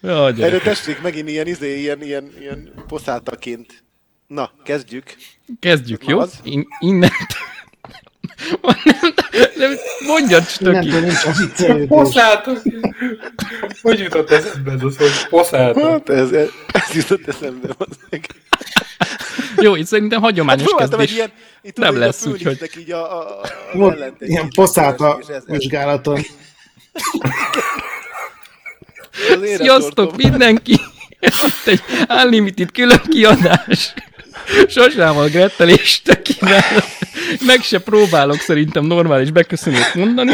Erre tessék megint ilyen poszáltaként. Na, kezdjük. Kezdjük, jó? Innen... Nem, mondjad, Stöki. Poszáltok. Hogy jutott eszembe ez az, hogy poszáltok? Hát ez jutott eszembe. Jó, itt szerintem hagyományos kezdés. Nem lesz, úgyhogy... Ilyen poszálta vizsgálaton. Sziasztok mindenki! Ez itt egy Unlimited külön kiadás. Sasával, Grettel és Stökivel. Meg se próbálok szerintem normális beköszönést mondani.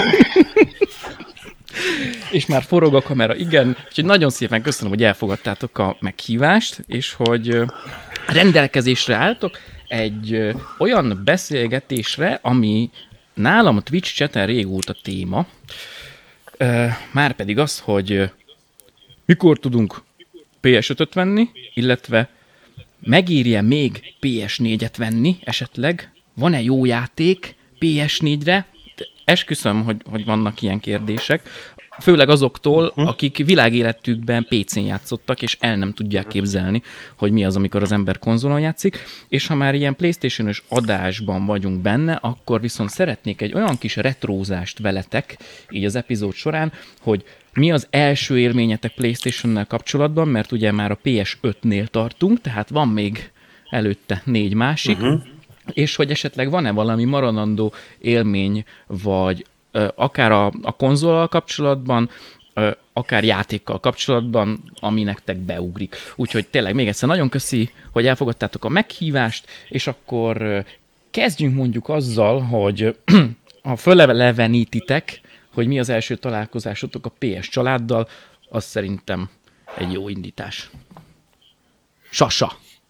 És már forog a kamera, igen. Úgyhogy nagyon szépen köszönöm, hogy elfogadtátok a meghívást, és hogy rendelkezésre álltok egy olyan beszélgetésre, ami nálam a Twitch chaten régóta téma. Márpedig az, hogy mikor tudunk PS5-öt venni, illetve megírja még PS4-et venni esetleg? Van-e jó játék PS4-re? Esküszöm, hogy vannak ilyen kérdések. Főleg azoktól, akik világéletükben PC-n játszottak, és el nem tudják képzelni, hogy mi az, amikor az ember konzolon játszik. És ha már ilyen PlayStation-ös adásban vagyunk benne, akkor viszont szeretnék egy olyan kis retrózást veletek, így az epizód során, hogy mi az első élményetek PlayStation-nel kapcsolatban, mert ugye már a PS5-nél tartunk, tehát van még előtte 4 másik, és hogy esetleg van-e valami maradandó élmény, vagy akár a konzollal kapcsolatban, akár játékkal kapcsolatban, ami nektek beugrik. Úgyhogy tényleg még egyszer nagyon köszi, hogy elfogadtátok a meghívást, és akkor kezdjünk mondjuk azzal, hogy ha fölelevenítitek, hogy mi az első találkozásotok a PS családdal, az szerintem egy jó indítás. Sasa!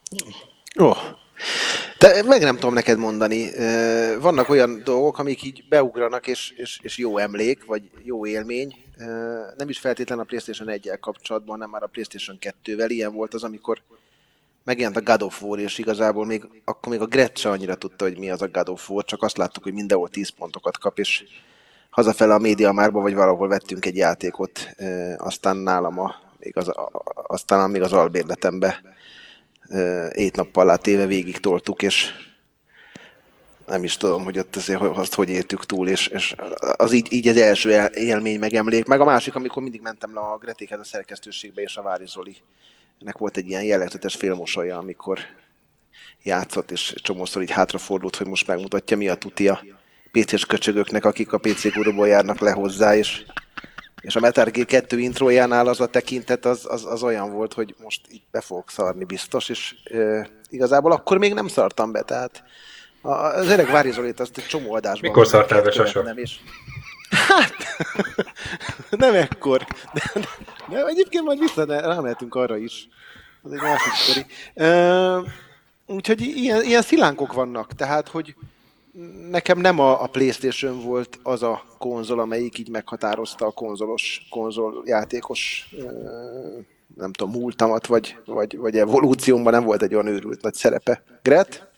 De meg nem tudom neked mondani. Vannak olyan dolgok, amik így beugranak, és jó emlék, vagy jó élmény. Nem is feltétlenül a PlayStation 1-jel kapcsolatban, hanem már a PlayStation 2-vel. Ilyen volt az, amikor megjelent a God of War, és igazából akkor még a Gret se annyira tudta, hogy mi az a God of War, csak azt láttuk, hogy mindenhol 10 pontokat kap, és hazafele a MediaMarktba, vagy valahol vettünk egy játékot, aztán nálam aztán még az albérletembe 7 nappal alá téve végig toltuk, és nem is tudom, hogy ott azért azt hogy értük túl, és az így az első élmény megemlék. Meg a másik, amikor mindig mentem le a Gretékhez a szerkesztőségbe, és a Vári Zolinek volt egy ilyen jellegzetes félmosolya, amikor játszott, és csomószor így hátrafordult, hogy most megmutatja, mi a tuti a PC-s köcsögöknek, akik a PC Guruból járnak le hozzá, és a Metal Gear 2 intrójánál az a tekintet az olyan volt, hogy most így be fogok szarni biztos, és igazából akkor még nem szartam be, tehát az öreg Vári Zolit azt egy csomó adásban... Mikor szartál be, Sasa? Hát, nem ekkor. De egyébként majd rámehetünk arra is. Az egy másik sztori. Úgyhogy ilyen szilánkok vannak, tehát, hogy nekem nem a PlayStation volt az a konzol, amelyik így meghatározta a konzoljátékos nem tudom, múltamat, vagy evolúciómban nem volt egy olyan őrült nagy szerepe. Gret?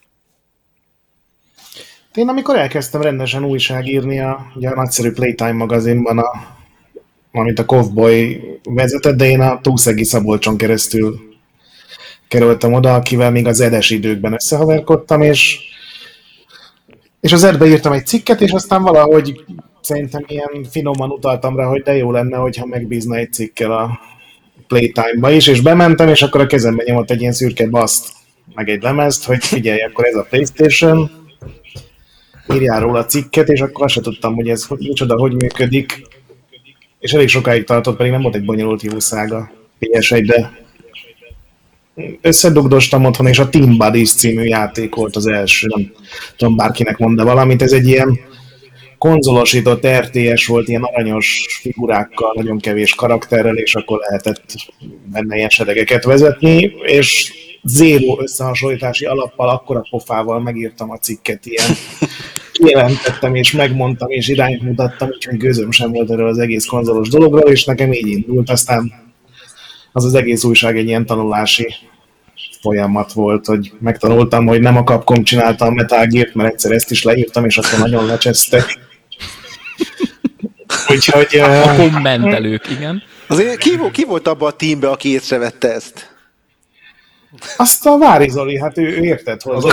Én amikor elkezdtem rendesen újságírni a nagyszerű Playtime magazinban, amit a Cowboy vezetett, de én a Túszegi Szabolcson keresztül kerültem oda, akivel még az edes időkben összehaverkodtam, és az edbe írtam egy cikket, és aztán valahogy szerintem ilyen finoman utaltam rá, hogy de jó lenne, hogyha megbízna egy cikkel a Playtime-ba is, és bementem, és akkor a kezemben nyomott egy ilyen szürke baszt, meg egy lemezt, hogy figyelj, akkor ez a PlayStation, írjál róla a cikket, és akkor azt sem tudtam, hogy ez micsoda, hogy működik, és elég sokáig tartott, pedig nem volt egy bonyolult jószága PS1-de. Összedugdostam otthon, és a Team Buddies című játék volt az első, nem tudom, bárkinek mond valamit, ez egy ilyen konzolosított RTS volt, ilyen aranyos figurákkal, nagyon kevés karakterrel, és akkor lehetett benne ilyen seregeket vezetni, és zéró összehasonlítási alappal, akkora pofával megírtam a cikket, ilyen kijelentettem, és megmondtam, és irányt mutattam, úgyhogy gőzöm sem volt erről az egész konzolos dologról, és nekem így indult, aztán az egész újság egy ilyen tanulási folyamat volt, hogy megtanultam, hogy nem a Capcom csinálta a Metal Gear-t, mert egyszer ezt is leírtam, és akkor nagyon lecsesztek. Úgyhogy... A kommentelők, igen. Azért ki volt abban a teamben, aki észrevette ezt? Azt a Vári Zoli, hát ő értett hozzá.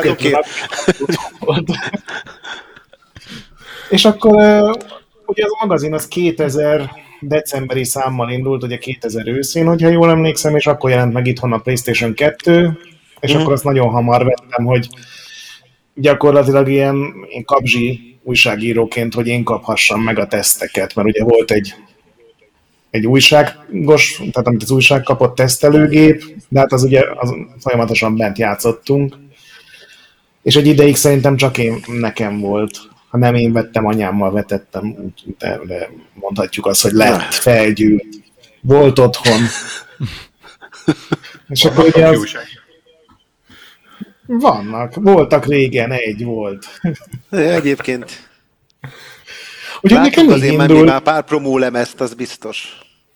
És akkor ugye az a magazin az 2000 decemberi számmal indult, ugye 2000 őszén, hogyha jól emlékszem, és akkor jelent meg itthon a PlayStation 2, és akkor azt nagyon hamar vettem, hogy gyakorlatilag ilyen kapzsi újságíróként, hogy én kaphassam meg a teszteket, mert ugye volt egy újságos, tehát amit az újság kapott tesztelőgép, de hát az ugye folyamatosan bent játszottunk, és egy ideig szerintem csak nekem volt. Ha nem én vettem, anyámmal vetettem, de mondhatjuk azt, hogy lett, felgyűlt, volt otthon. És akkor ugye voltak régen, egy volt. Egyébként úgyhogy nekem azért menni már pár promólemezt, az biztos.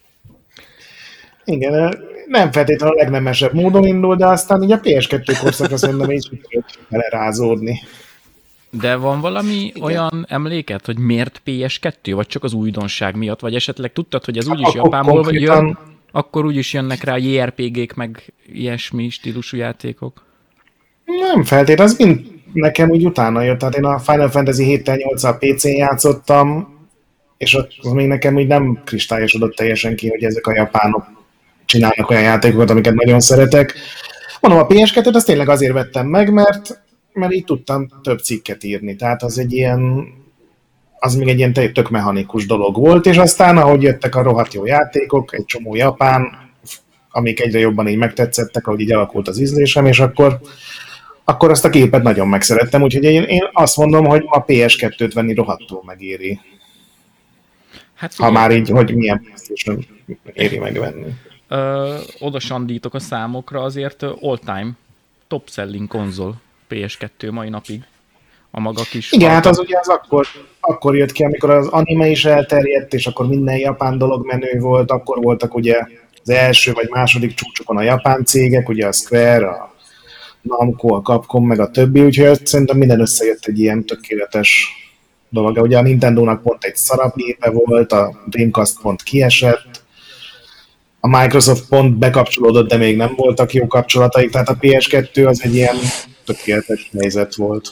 Igen, nem feltétlenül a legnemesebb módon indul, de aztán ugye a PS2 korszakra szerintem így sikerült belerázódni. De van valami olyan emléket, hogy miért PS2, vagy csak az újdonság miatt, vagy esetleg tudtad, hogy ez úgyis Japánból jön, akkor úgyis jönnek rá JRPG-k, meg ilyesmi stílusú játékok? Nem feltétlenül, az mind nekem úgy utána jött. Tehát én a Final Fantasy 7-8-al PC-n játszottam, és az még nekem úgy nem kristályosodott teljesen ki, hogy ezek a japánok csinálnak olyan játékokat, amiket nagyon szeretek. Mondom, a PS2-t azt tényleg azért vettem meg, mert így tudtam több cikket írni. Tehát az még egy ilyen tök mechanikus dolog volt, és aztán, ahogy jöttek a rohadt jó játékok, egy csomó japán, amik egyre jobban így megtetszettek, ahogy így alakult az ízlésem, és akkor azt a képet nagyon megszerettem, úgyhogy én azt mondom, hogy a PS2-t venni rohadtul megéri. Hát, ha már így, hogy milyen PlayStation éri megvenni. Oda sandítok a számokra, azért all-time top-selling konzol PS2 mai napig. A maga kis... Igen, hát az ugye az akkor jött ki, amikor az anime is elterjedt, és akkor minden japán dolog menő volt, akkor voltak ugye az első vagy második csúcsokon a japán cégek, ugye a Square, a Namco, a Capcom, meg a többi, úgyhogy szerintem minden összejött egy ilyen tökéletes dolog. Ugye a Nintendo-nak pont egy szarabb gépe volt, a Dreamcast pont kiesett, a Microsoft pont bekapcsolódott, de még nem voltak jó kapcsolataik, tehát a PS2 az egy ilyen tökéletes helyzet volt.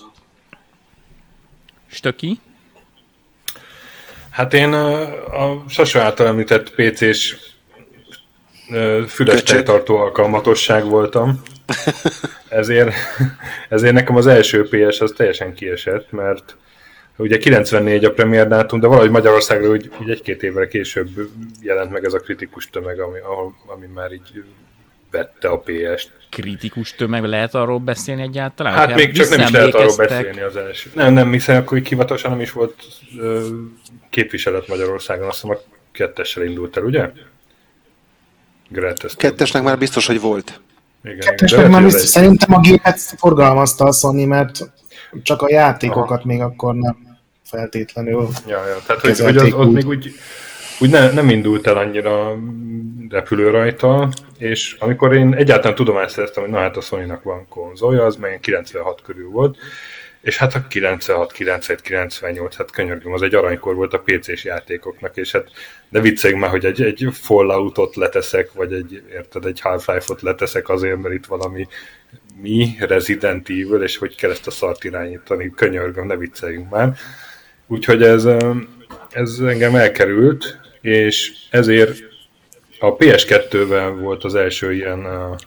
Stöki? Hát én a Sasa által említett PC-s füles tejtartó alkalmatosság voltam. Ezért nekem az első PS az teljesen kiesett, mert ugye 94 a premier dátum, de valahogy Magyarországra úgy egy-két évre később jelent meg ez a kritikus tömeg, ami már így vette a PS-t. Kritikus tömeg, lehet arról beszélni egyáltalán? Hát még csak nem is lehet arról beszélni az első. Nem, hiszen akkor hivatalosan nem is volt képviselet Magyarországon, azt hiszem a 2-essel indult el, ugye? Kettesnek már biztos, hogy volt. Kettesnek már biztos, szerintem a gépet forgalmazta a Sony, mert csak a játékokat még akkor nem feltétlenül. Ja, tehát hogy ott még úgy nem indult el annyira repülő rajta, és amikor én egyáltalán tudomást szereztem, hogy na hát a Sony-nak van konzolja, az meg 96 körül volt, és hát a 96, 97, 98, hát könyörgöm, az egy aranykor volt a PC-s játékoknak, és hát de vicceljünk már, hogy egy Falloutot leteszek, vagy egy Half-Life-ot leteszek azért, mert itt valami Resident Evil, és hogy kell ezt a szart irányítani, könyörgöm, ne vicceljünk már. Úgyhogy ez engem elkerült, és ezért a PS2-vel volt az első ilyen,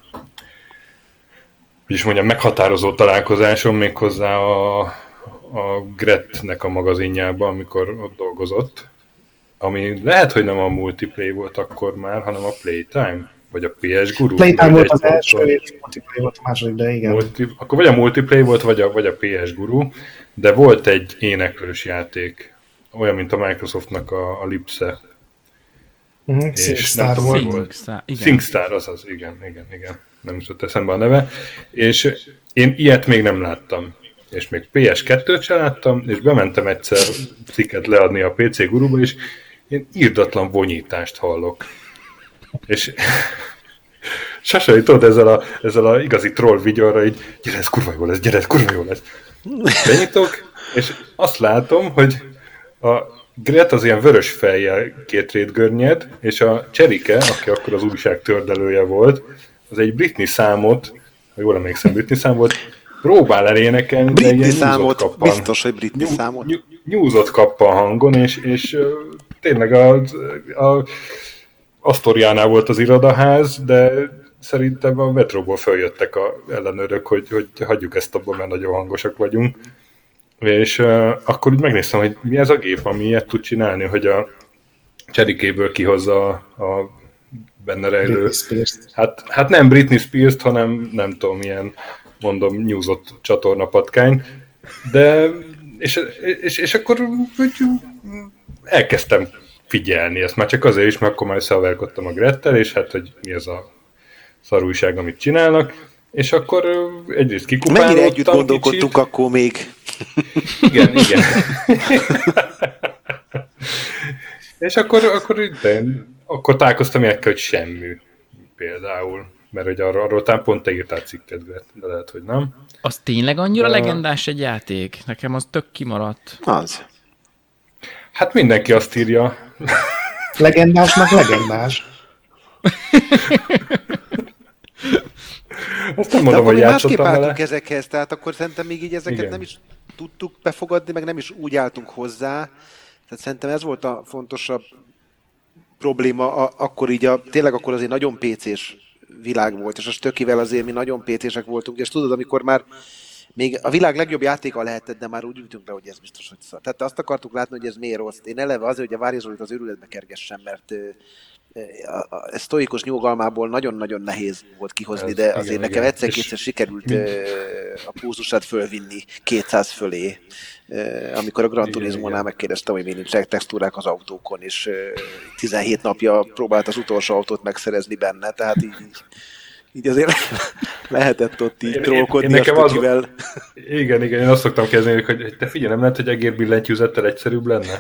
hogy is mondjam, meghatározó találkozásom, méghozzá a Gretnek a magazinjában, amikor ott dolgozott, ami lehet, hogy nem a Multiplay volt akkor már, hanem a Playtime, vagy a PS Guru. Playtime volt az első, és Multiplay volt a második, de igen. Akkor vagy a Multiplay volt, vagy a PS Guru, de volt egy éneklős játék, olyan, mint a Microsoftnak a Lipse. SingStar volt. SingStar, azaz, igen. Nem jutott eszembe a neve. És én ilyet még nem láttam. És még PS2-t sem láttam, és bementem egyszer cikket leadni a PC Guruba, és én irdatlan vonyítást hallok. És Sasai, tudod, ezzel a igazi troll vigyorra így, gyere, ez kurva jó lesz. Benyitok, és azt látom, hogy Gret az ilyen vörös fejjel két rétgörnyed, és a Cserike, aki akkor az újság tördelője volt, az egy Britney számot, ha jól emlékszem, Britney szám volt, próbál elénekelni, de ilyen számot, kappan. biztos, hogy Britney számot. Nyúzott kappan hangon, és tényleg a Asztoriánál volt az irodaház, de szerintem a metróból följöttek a ellenőrök, hogy hagyjuk ezt abban, mert nagyon hangosak vagyunk. És akkor úgy megnéztem, hogy mi ez a gép, ami ilyet tud csinálni, hogy a Cserikéből kihozza a benne rejlő. Hát nem Britney Spears-t, hanem nem tudom, milyen, mondom, nyúzott csatornapatkány. De, és akkor elkezdtem figyelni ezt, már csak azért is, mert akkor már összehaverkodtam a Grettel, és hát, hogy mi ez a szarújság, amit csinálnak. És akkor egyrészt kikupálódtam. Mennyire együtt gondolkodtunk kicsit. Akkor még? Igen. És akkor találkoztam ilyenekkel, hogy semmi például. Mert hogy arról talán pont te írtál cikket, de lehet, hogy nem. Az tényleg annyira legendás egy játék? Nekem az tök kimaradt. Az. Hát mindenki azt írja. Legendásnak legendás. Azt nem mondom, hogy játszottam vele. Másképp ezekhez, tehát akkor szerintem még így ezeket igen. Nem is tudtuk befogadni, meg nem is úgy álltunk hozzá. Tehát szerintem ez volt a fontosabb probléma, akkor így tényleg akkor azért nagyon PC-s világ volt, és a Stökivel azért mi nagyon PC-sek voltunk, és tudod, amikor már még a világ legjobb játéka lehetett, de már úgy ültünk le, hogy ez biztos, hogy szar. Tehát azt akartuk látni, hogy ez miért rossz. Én eleve azért, hogy a Várja Zsolit az őrületbe kergessem, mert a sztoikus nyugalmából nagyon-nagyon nehéz volt kihozni, de azért igen, nekem egyszer-kétszer sikerült a pulzusát fölvinni 200 fölé, amikor a Gran Turismo-nál megkérdeztem, hogy miért nincsenek textúrák az autókon, és 17 napja próbált az utolsó autót megszerezni benne, tehát így azért lehetett ott így trollkodni a Stökivel. Igen, én azt szoktam kezdeni, hogy te figyelj, nem lehet, hogy egérbillentyűzettel egyszerűbb lenne?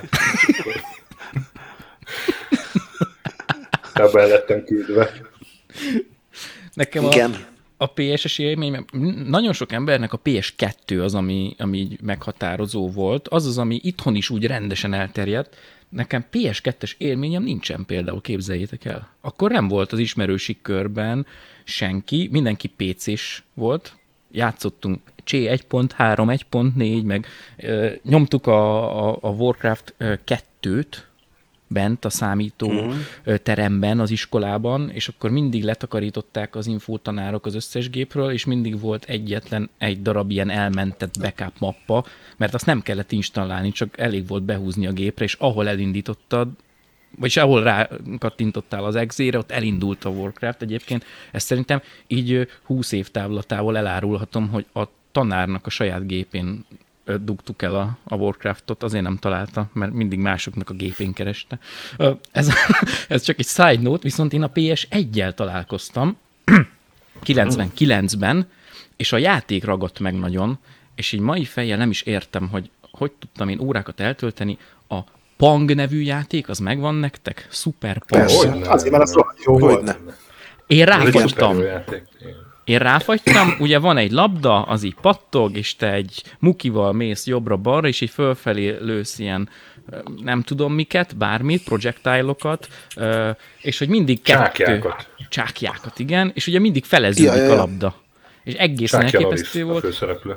Ebben el lettem küldve. Nekem a PS-es élmény, nagyon sok embernek a PS2 az, ami így meghatározó volt. Az, ami itthon is úgy rendesen elterjedt. Nekem PS2-es élményem nincsen például, képzeljétek el. Akkor nem volt az ismerősi körben senki, mindenki PC-s volt. Játszottunk C1.3, 1.4, meg nyomtuk a Warcraft 2-t, bent a számító teremben, az iskolában, és akkor mindig letakarították az infótanárok az összes gépről, és mindig volt egyetlen egy darab ilyen elmentett backup mappa, mert azt nem kellett installálni, csak elég volt behúzni a gépre, és ahol elindítottad, vagyis ahol rákattintottál az exére, ott elindult a Warcraft egyébként. Ezt szerintem így 20 év távlatával elárulhatom, hogy a tanárnak a saját gépén dugtuk el a Warcraftot, azért nem találta, mert mindig másoknak a gépén kereste. Ez csak egy side note, viszont én a PS1-jel találkoztam 99-ben, és a játék ragadt meg nagyon, és így mai fejjel nem is értem, hogy tudtam én órákat eltölteni. A Pang nevű játék, az megvan nektek? Super Pang. Azért, mert az jó volt. Én ráfagytam. Én ráfagytam, ugye van egy labda, az így pattog, és te egy mukival mész jobbra-balra, és így fölfelé lősz ilyen, nem tudom miket, bármit, projectile-okat, és hogy mindig Csákjákat, igen, és ugye mindig feleződik a labda. És egészen elképesztő volt. A főszereplő.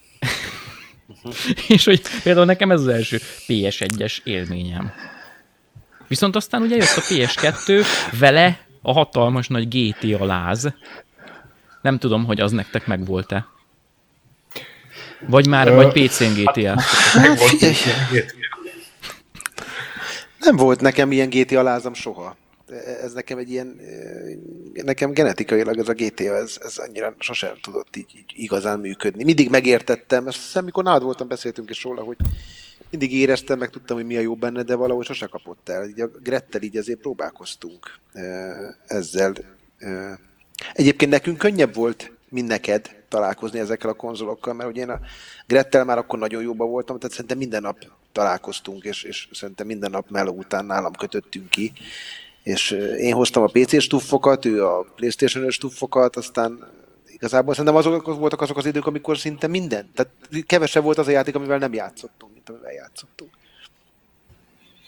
És hogy például nekem ez az első PS1-es élményem. Viszont aztán ugye jött a PS2, vele a hatalmas nagy GTA láz. Nem tudom, hogy az nektek megvolt-e. Vagy PC-n GTA. Nem volt nekem ilyen GTA lázam soha. Ez nekem egy ilyen... Nekem genetikailag ez a GTA, ez annyira sosem tudott így igazán működni. Mindig megértettem, azt hiszem, mikor nálad voltam, beszéltünk is róla, hogy mindig éreztem, meg tudtam, hogy mi a jó benne, de valahogy sose kapott el. Így a Grettel így azért próbálkoztunk ezzel. Egyébként nekünk könnyebb volt, mint neked találkozni ezekkel a konzolokkal, mert ugye én a Grettel már akkor nagyon jóban voltam, tehát szerintem minden nap találkoztunk, és szerintem minden nap Meló után nálam kötöttünk ki, és én hoztam a PC-s tuffokat, ő a PlayStation-ös tuffokat, aztán igazából szerintem azok voltak azok az idők, amikor szinte minden, tehát kevesebb volt az a játék, amivel nem játszottunk, mint amivel játszottunk.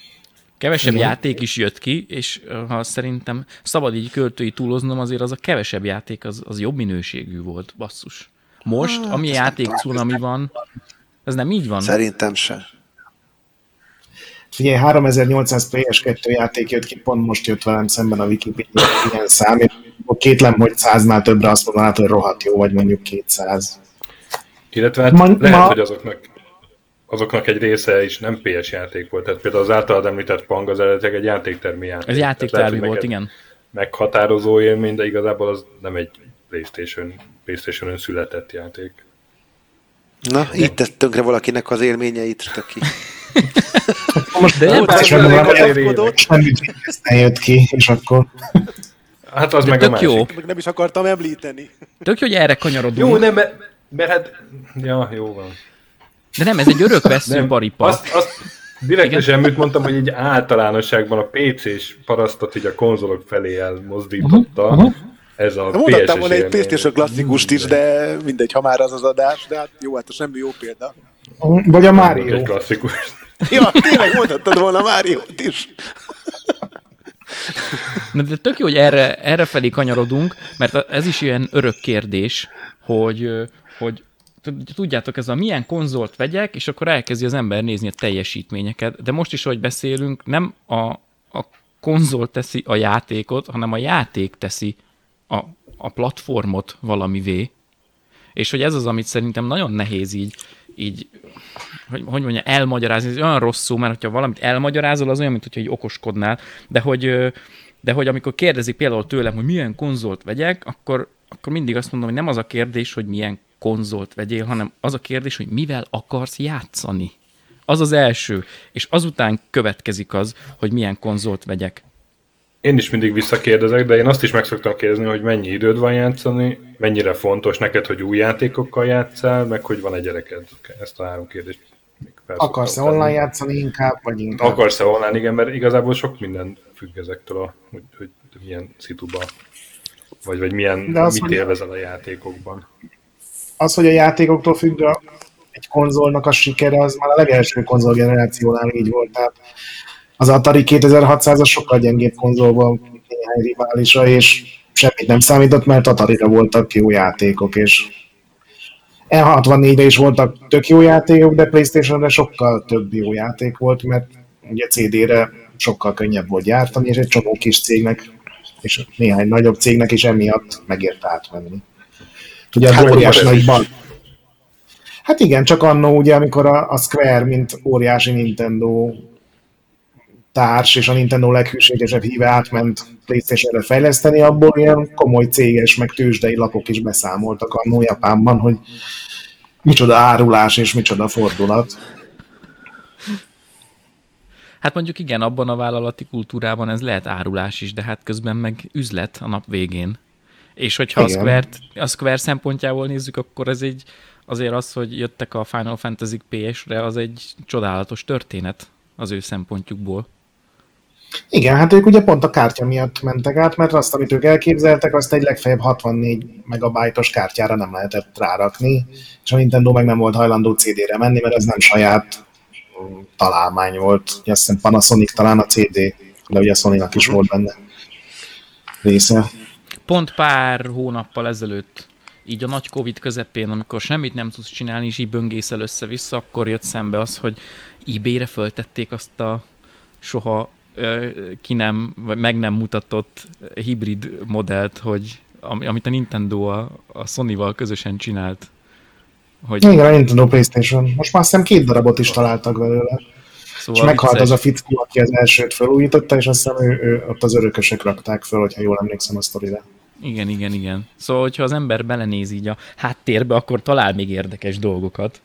Kevesebb játék is jött ki, és ha szerintem szabad így költői túloznom, azért az a kevesebb játék az jobb minőségű volt, basszus. Most, ami játék cunami van, ez nem így van? Szerintem sem. Figyelj, 3800 PS2 játék jött ki, pont most jött velem szemben a Wikipedia ilyen szám, és kétlem, hogy 100-nál többre azt mondanád, hogy rohadt jó, vagy mondjuk 200. Illetve hát lehet, hogy azoknak egy része is nem PS játék volt. Tehát például az általad említett Pang az eredetileg egy játéktermi játék. Ez játéktermi volt, igen. Meghatározó élmény, de igazából az nem egy PlayStation-ön született játék. Na, így tett tönkre valakinek az élményeit, aki... Most de nem jött ki, és akkor... Hát az de meg a másik. Jó. Meg nem is akartam említeni. Tök jó, hogy erre kanyarodunk. Jó, nem, mert hát... Ja, jó van. De nem, ez egy örökvesző paripa. Azt direkt semmit mondtam, hogy így általánosságban a PC-s parasztot így a konzolok felé elmozdította. Ez a mondhattam volna egy PS-es PlayStation klasszikust is, de mindegy, ha már az adás, de hát jó, hát a semmi jó példa. Vagy a Mario. Egy klasszikus. Ja, tényleg mondhattad volna Máriót is. De tök jó, hogy erre felé kanyarodunk, mert ez is ilyen örök kérdés, hogy tudjátok, ez a milyen konzolt vegyek, és akkor elkezdi az ember nézni a teljesítményeket. De most is, ahogy beszélünk, nem a konzol teszi a játékot, hanem a játék teszi a platformot valamivé. És hogy ez az, amit szerintem nagyon nehéz így hogy mondjam, elmagyarázni, ez olyan rossz szó, mert hogyha valamit elmagyarázol, az olyan, mint hogy okoskodnál, de hogy amikor kérdezik például tőlem, hogy milyen konzolt vegyek, akkor mindig azt mondom, hogy nem az a kérdés, hogy milyen konzolt vegyél, hanem az a kérdés, hogy mivel akarsz játszani. Az az első, és azután következik az, hogy milyen konzolt vegyek. Én is mindig visszakérdezek, de én azt is meg szoktam kérdezni, hogy mennyi időd van játszani, mennyire fontos neked, hogy új játékokkal játsszál, meg hogy van egy gyereked. Ezt a 3 kérdést még akarsz-e online játszani inkább, vagy inkább? Akarsz-e online, igen, mert igazából sok minden függ ezektől, hogy milyen szituba, vagy mit élvezel a játékokban. Az, hogy a játékoktól függ egy konzolnak a sikere, az már a legelső konzolgenerációnál így volt. Tehát az Atari 2600-as sokkal gyengébb konzolban néhány riválisa, és semmit nem számított, mert Atarira voltak jó játékok, és E64-re is voltak tök jó játékok, de PlayStation-re sokkal több jó játék volt, mert ugye CD-re sokkal könnyebb volt gyártani, és egy csomó kis cégnek, és néhány nagyobb cégnek is emiatt megért átvenni. Ugye az óriási nagyban. Hát igen, csak annó ugye, amikor a Square, mint óriási Nintendo társ, és a Nintendo leghűségesebb híve átment PlayStation-re fejleszteni, abból ilyen komoly céges, meg tőzsdei lapok is beszámoltak annó Japánban, hogy micsoda árulás és micsoda fordulat. Hát mondjuk igen, abban a vállalati kultúrában ez lehet árulás is, de hát közben meg üzlet a nap végén. És hogyha a Square szempontjából nézzük, akkor ez azért az, hogy jöttek a Final Fantasy PS-re, az egy csodálatos történet az ő szempontjukból. Igen, hát ők ugye pont a kártya miatt mentek át, mert azt, amit ők elképzeltek, azt egy legfeljebb 64 megabajtos kártyára nem lehetett rárakni, és a Nintendo meg nem volt hajlandó CD-re menni, mert ez nem saját találmány volt. Azt hiszem Panasonic talán a CD, de ugye a Sony-nak is volt benne része. Pont pár hónappal ezelőtt, így a nagy Covid közepén, amikor semmit nem tudsz csinálni, és így böngészel össze-vissza, akkor jött szembe az, hogy eBay-re föltették azt a soha meg nem mutatott hibrid modellt, amit a Nintendo a Sony-val közösen csinált. Igen, a Nintendo PlayStation. Most már azt hiszem 2 darabot is találtak belőle. Szóval és meghalt az a fickó, aki az elsőt felújította, és azt hiszem ő ott az örökösök rakták föl, hogyha jól emlékszem a sztorira. Igen. Szóval, hogyha az ember belenéz így a háttérbe, akkor talál még érdekes dolgokat.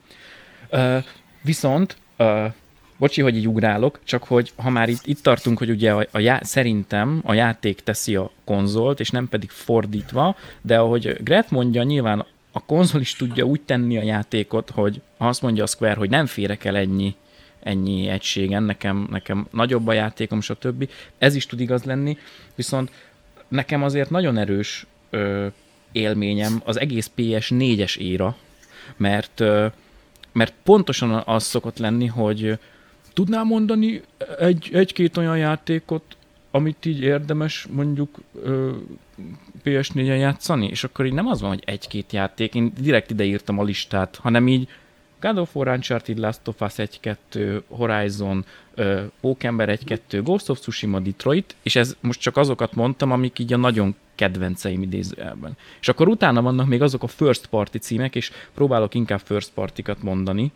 Viszont, bocsi, hogy így ugrálok, csak hogy ha már itt tartunk, hogy ugye szerintem a játék teszi a konzolt, és nem pedig fordítva, de ahogy Gret mondja, nyilván a konzol is tudja úgy tenni a játékot, hogy ha azt mondja a Square, hogy nem férek el ennyi egységen, nekem nagyobb a játékom, stb. Ez is tud igaz lenni, viszont nekem azért nagyon erős élményem az egész PS4-es éra, mert pontosan az szokott lenni, hogy Tudnál mondani egy-két olyan játékot, amit így érdemes mondjuk PS4-en játszani? És akkor így nem az van, hogy egy-két játék, én direkt ide írtam a listát, hanem így God of War, Uncharted, Last of Us 1-2, Horizon, Pókember 1-2, Ghost of Tsushima, Detroit, és ez most csak azokat mondtam, amik így a nagyon kedvenceim idézőjelben. És akkor utána vannak még azok a first party címek, és próbálok inkább first party-kat mondani,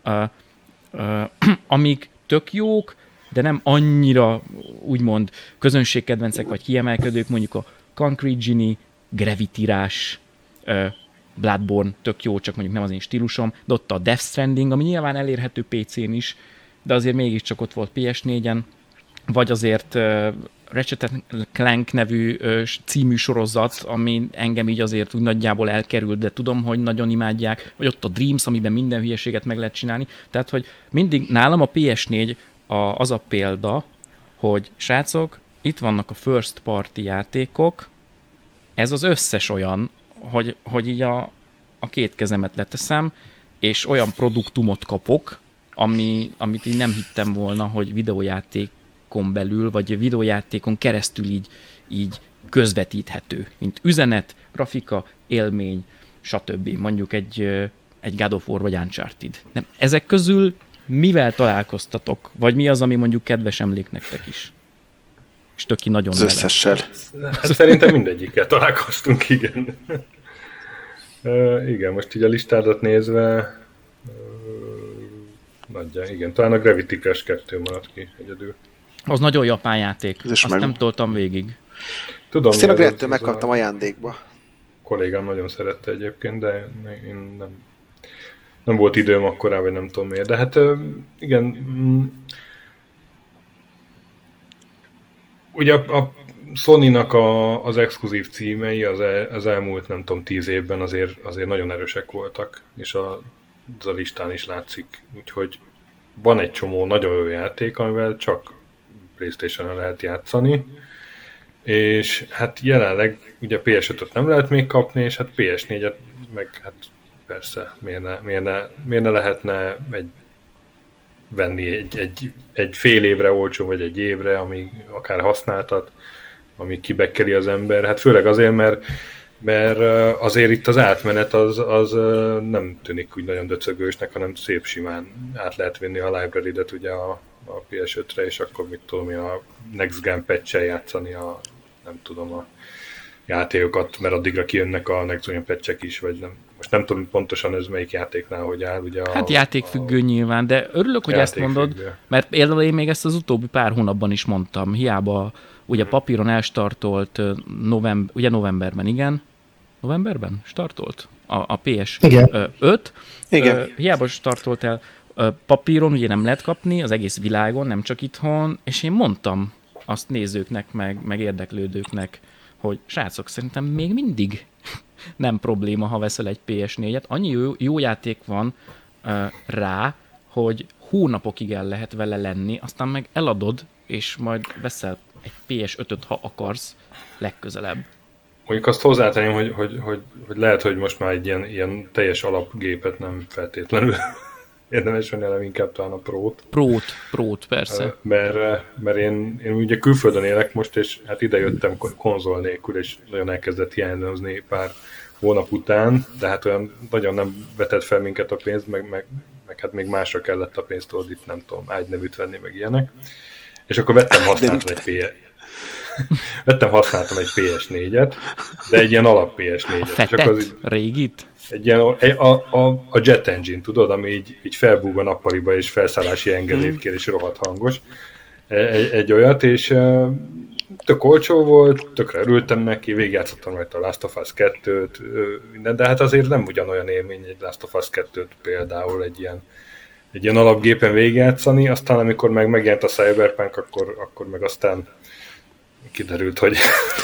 amik tök jók, de nem annyira úgymond közönségkedvencek vagy kiemelkedők, mondjuk a Concrete Genie, Gravity Rush, Bloodborne tök jó, csak mondjuk nem az én stílusom, de ott a Death Stranding, ami nyilván elérhető PC-n is, de azért mégiscsak ott volt PS4-en, vagy azért Ratchet & Clank nevű című sorozat, ami engem így azért úgy nagyjából elkerült, de tudom, hogy nagyon imádják, vagy ott a Dreams, amiben minden hülyeséget meg lehet csinálni. Tehát, hogy mindig nálam a PS4 az a példa, hogy srácok, itt vannak a first party játékok, ez az összes olyan, hogy így a két kezemet leteszem, és olyan produktumot kapok, amit így nem hittem volna, hogy videójátékon belül, vagy videójátékon keresztül így közvetíthető, mint üzenet, grafika, élmény, stb. Mondjuk egy God of War vagy Uncharted. Nem. Ezek közül mivel találkoztatok? Vagy mi az, ami mondjuk kedves emlék nektek is? És Töki nagyon az összessel. Hát szerintem mindegyikkel találkoztunk, igen. Igen, most így a listádat nézve nagyjából, igen, talán a Gravity Rush 2 maradt ki egyedül. Az nagyon japán játék, azt nem toltam végig. Tudom, azt én a Grettől megkaptam ajándékba. Kollégám nagyon szerette egyébként, de én nem volt időm akkorá, vagy nem tudom miért. De hát igen, ugye a Sony-nak az exkluzív címei az elmúlt, nem tudom, 10 évben azért nagyon erősek voltak, és az a listán is látszik. Úgyhogy van egy csomó nagyon jó játék, amivel csak PlayStation-on lehet játszani, és hát jelenleg ugye PS5-öt nem lehet még kapni, és hát PS4-et meg hát persze, miért ne lehetne venni egy fél évre olcsó, vagy egy évre, ami akár használtat, ami kibekkeli az ember. Hát főleg azért, mert azért itt az átmenet az nem tűnik úgy nagyon döcögősnek, hanem szép simán át lehet vinni a library-det ugye a PS5-re, és akkor mit tudom én, a Next Gen patch-el játszani a játékokat, mert addigra kijönnek a Next Gen patch-ek is, vagy nem. Most nem tudom pontosan ez melyik játéknál, hogy áll. Ugye hát játékfüggő nyilván, de örülök, hogy ezt mondod, mert például én még ezt az utóbbi pár hónapban is mondtam, hiába ugye papíron elstartolt ugye novemberben, igen. Novemberben startolt a PS5. Igen. Hiába startolt el papíron, ugye nem lehet kapni az egész világon, nem csak itthon, és én mondtam azt nézőknek, meg érdeklődőknek, hogy srácok, szerintem még mindig nem probléma, ha veszel egy PS4-et. Annyi jó játék van rá, hogy hónapokig el lehet vele lenni, aztán meg eladod, és majd veszel egy PS5-öt, ha akarsz, legközelebb. Mondjuk azt hozzátenném, hogy lehet, hogy most már egy ilyen teljes alapgépet nem feltétlenül érdemes venni, hanem inkább talán a Pro-t. Pro-t, persze. Mert én ugye külföldön élek most, és hát ide jöttem konzol nélkül, és nagyon elkezdett hiányozni pár hónap után, de hát olyan nagyon nem vetett fel minket a pénzt, meg hát még másra kellett a pénzt, tudod itt nem tudom, ágynevűt venni, meg ilyenek. És akkor vettem használtam egy PS4-et, de egy ilyen alap PS4-et. A fetet? Régit? Egy ilyen, a Jet Engine, tudod, ami így felbúg a nappaliba, és felszállási engedélyt kér, és rohadt hangos. Egy olyat, és tök olcsó volt, tökre örültem neki, végigjátszottam rajta a Last of Us 2-t, minden, de hát azért nem ugyanolyan élmény egy Last of Us 2-t például egy ilyen alapgépen végigjátszani, aztán amikor megjelent a Cyberpunk, akkor meg aztán kiderült, hogy...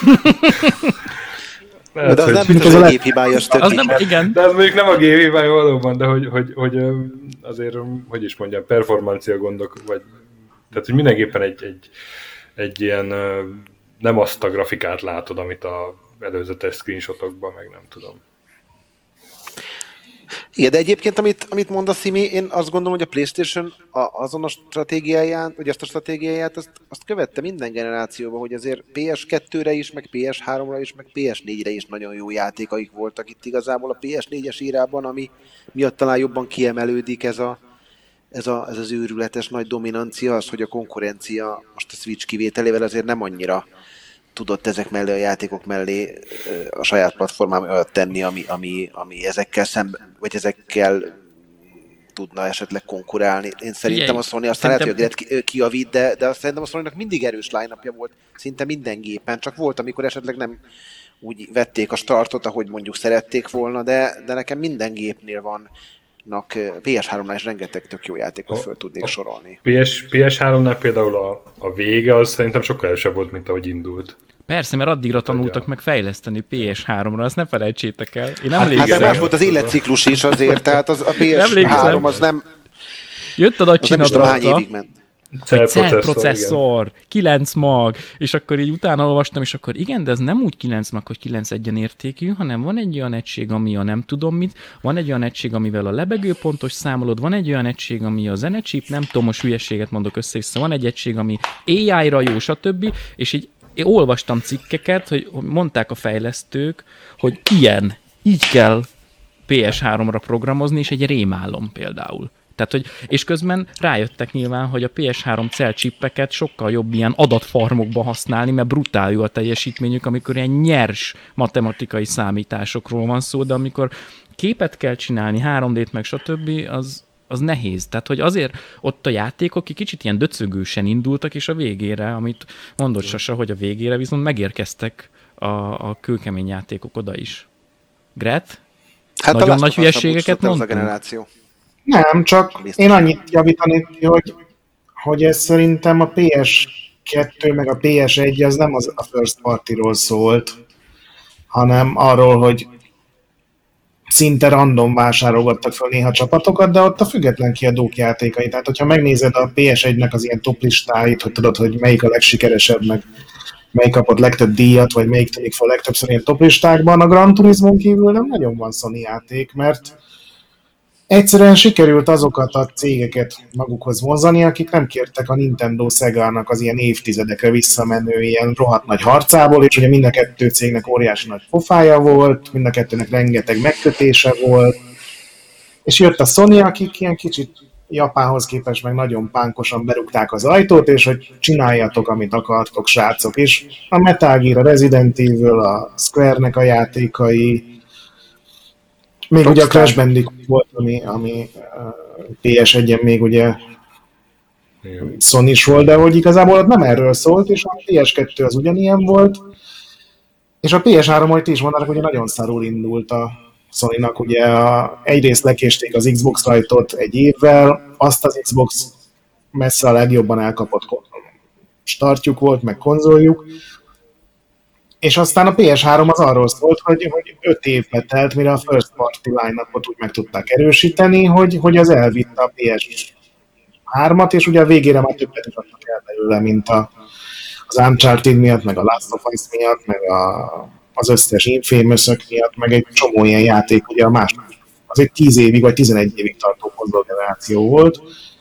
De az nem biztos a gép hibája, igen. De az mondjuk nem a gép hibája valóban, de hogy azért, hogy is mondjam, performancia gondok, vagy tehát, hogy mindenképpen egy ilyen nem azt a grafikát látod, amit a előzetes screenshotokban, meg nem tudom. Igen, de egyébként, amit mondasz, Szimi, én azt gondolom, hogy a PlayStation azon a stratégiáján, vagy ezt a stratégiáját, azt követte minden generációban, hogy azért PS2-re is, meg PS3-ra is, meg PS4-re is nagyon jó játékaik voltak itt igazából a PS4-es írában, ami miatt talán jobban kiemelődik ez az őrületes nagy dominancia, az, hogy a konkurencia most a Switch kivételével azért nem annyira tudott ezek mellé a játékok mellé a saját platformán tenni, ami ezekkel szemben, vagy ezekkel tudna esetleg konkurálni. Én szerintem a Sony aztán lehet, hogy a kijavít, de szerintem a Sony-nak mindig erős line-upja volt szinte minden gépen, csak volt, amikor esetleg nem úgy vették a startot, ahogy mondjuk szerették volna, de nekem minden gépnél van PS3-nál is rengeteg tök jó játékot föl tudnék sorolni. PS3-nál például a vége az szerintem sokkal erősebb volt, mint ahogy indult. Persze, mert addigra tanultak meg fejleszteni PS3-ra, azt ne felejtsétek el. Én emlékszem. Hát más volt az életciklus is azért, tehát a PS3 az nem... Jött a nagy csinadata. Cell-processzor, 9 mag, és akkor így utána olvastam, és akkor igen, de ez nem úgy 9 mag, hogy 9 egyenértékű, hanem van egy olyan egység, ami a nem tudom mit, van egy olyan egység, amivel a lebegőpontos számolod, van egy olyan egység, ami a zenechip, nem tudom, most hülyeséget mondok össze-vissza, van egy egység, ami AI-ra jó, stb. És így én olvastam cikkeket, hogy mondták a fejlesztők, hogy így kell PS3-ra programozni, és egy rémálom például. Tehát, hogy, és közben rájöttek nyilván, hogy a PS3 cell-csippeket sokkal jobb ilyen adatfarmokban használni, mert brutál jó a teljesítményük, amikor ilyen nyers matematikai számításokról van szó, de amikor képet kell csinálni, 3D-t meg stb., az nehéz. Tehát, hogy azért ott a játékok kicsit ilyen döcögősen indultak, és a végére, amit mondott Sasa, hogy a végére viszont megérkeztek a kőkemény játékok oda is. Gret? Hát nagyon nagy hülyeségeket mondtunk? Nem, csak én annyit javítanék, hogy ez szerintem a PS2 meg a PS1 az nem a first party-ról szólt, hanem arról, hogy szinte random vásárolgattak föl néha csapatokat, de ott a független kiadók játékai. Tehát, hogyha megnézed a PS1-nek az ilyen top listáit, hogy tudod, hogy melyik a legsikeresebb, meg melyik kapott legtöbb díjat, vagy melyik tűnik fel legtöbbször ilyen top listákban, a Gran Turismon kívül nem nagyon van Sony játék, mert egyszerűen sikerült azokat a cégeket magukhoz vonzani, akik nem kértek a Nintendo Sega-nak az ilyen évtizedekre visszamenő ilyen rohadt nagy harcából, és ugye mind a kettő cégnek óriási nagy pofája volt, mind a kettőnek rengeteg megkötése volt, és jött a Sony, akik ilyen kicsit Japánhoz képest meg nagyon pánkosan berúgták az ajtót, és hogy csináljatok, amit akartok, srácok. És a Metal Gear, a Resident Evil, a Square-nek a játékai, még ugye a Crash Bandicoot volt, ami PS1-en még ugye Sony-s volt, de hogy igazából ott nem erről szólt, és a PS2 az ugyanilyen volt, és a PS3, hogy ti is mondanak, ugye nagyon szarul indult a Sony-nak, ugye egyrészt lekésték az Xbox rajtot egy évvel, azt az Xbox messze a legjobban elkapott startjuk volt, meg konzoljuk, és aztán a PS3 az arról szólt, hogy 5 évbe telt, mire a first party line-upot úgy meg tudták erősíteni, hogy az elvitte a PS3-at, és ugye a végére már többet is adtak el belőle, mint az Uncharted miatt, meg a Last of Us miatt, meg az összes Infamous-ök miatt, meg egy csomó ilyen játék, ugye az egy 10 évig vagy 11 évig tartó konzolgeneráció volt.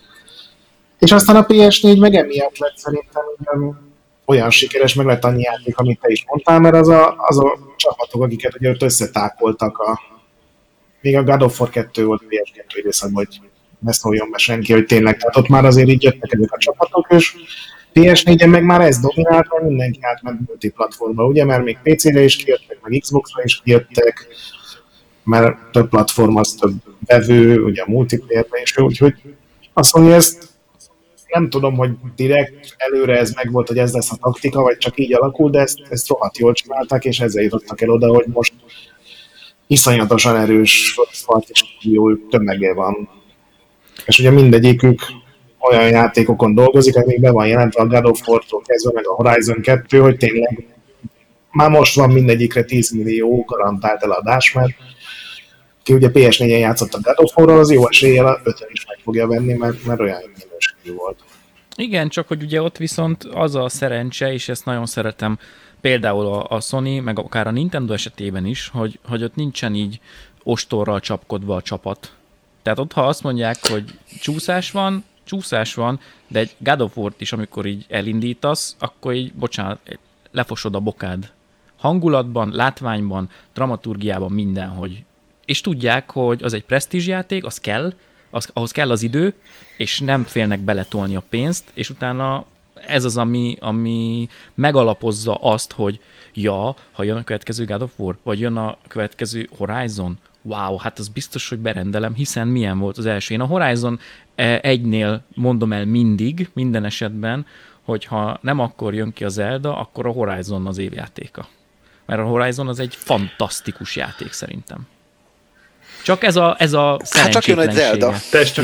És aztán a PS4 meg emiatt lett szerintem olyan sikeres, meg lett annyi játék, amit te is mondtál, mert az a csapatok, akiket ugye ott összetákoltak, még a God of War 2 volt PS2 időszakban, hogy ne szóljon be senki, hogy tényleg, tehát ott már azért így jöttek ezek a csapatok, és PS4-en meg már ez dominált, mert mindenki átment multiplatformba, ugye, mert még PC-re is kijöttek, meg Xbox-ra is kijöttek, mert több platform az több vevő, ugye a multiplayerben is, úgyhogy azt mondja, ezt nem tudom, hogy direkt előre ez megvolt, hogy ez lesz a taktika, vagy csak így alakul, de ezt rohadt jól csinálták, és ezzel jutottak el oda, hogy most iszonyatosan erős first és jó tömege van. És ugye mindegyikük olyan játékokon dolgozik, amíg be van jelentve a God of War-tól kezdve, meg a Horizon 2, hogy tényleg már most van mindegyikre 10 millió garantált eladás, mert ki ugye PS4-en játszott a God of War-ral, az jó eséllyel a 5-en is meg fogja venni, mert olyan minőségű volt. Igen, csak hogy ugye ott viszont az a szerencse, és ezt nagyon szeretem például a Sony, meg akár a Nintendo esetében is, hogy ott nincsen így ostorral csapkodva a csapat. Tehát ott, ha azt mondják, hogy csúszás van, de egy God of War-t is, amikor így elindítasz, akkor így, bocsánat, lefosod a bokád. Hangulatban, látványban, dramaturgiában, mindenhogy. És tudják, hogy az egy presztízsjáték, az kell, ahhoz kell az idő, és nem félnek beletolni a pénzt, és utána ez az, ami megalapozza azt, hogy ha jön a következő God of War, vagy jön a következő Horizon, wow, hát az biztos, hogy berendelem, hiszen milyen volt az első. Én a Horizon 1-nél mondom el minden esetben, hogy ha nem akkor jön ki a Zelda, akkor a Horizon az évjátéka. Mert a Horizon az egy fantasztikus játék szerintem. Csak ez a szerencsétlensége. Hát csak jön egy Zelda.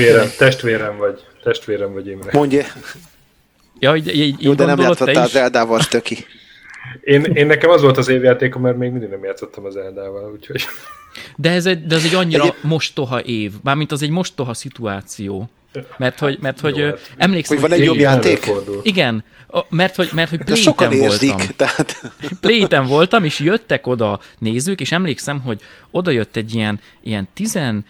Testvérem vagy Imre. Mondja. Ja, így jó, de nem játszottál is? Zeldával, Stöki. Én nekem az volt az évjátékom, mert még mindig nem játszottam az Zeldával, úgyhogy... De ez egy annyira mostoha év, mármint az egy mostoha szituáció. Mert hogy emlékszem, hogy van egy jobb játék? Igen, mert hogy Play-ten voltam. Play-ten voltam, és jöttek oda nézők, és emlékszem, hogy oda jött egy ilyen 16-7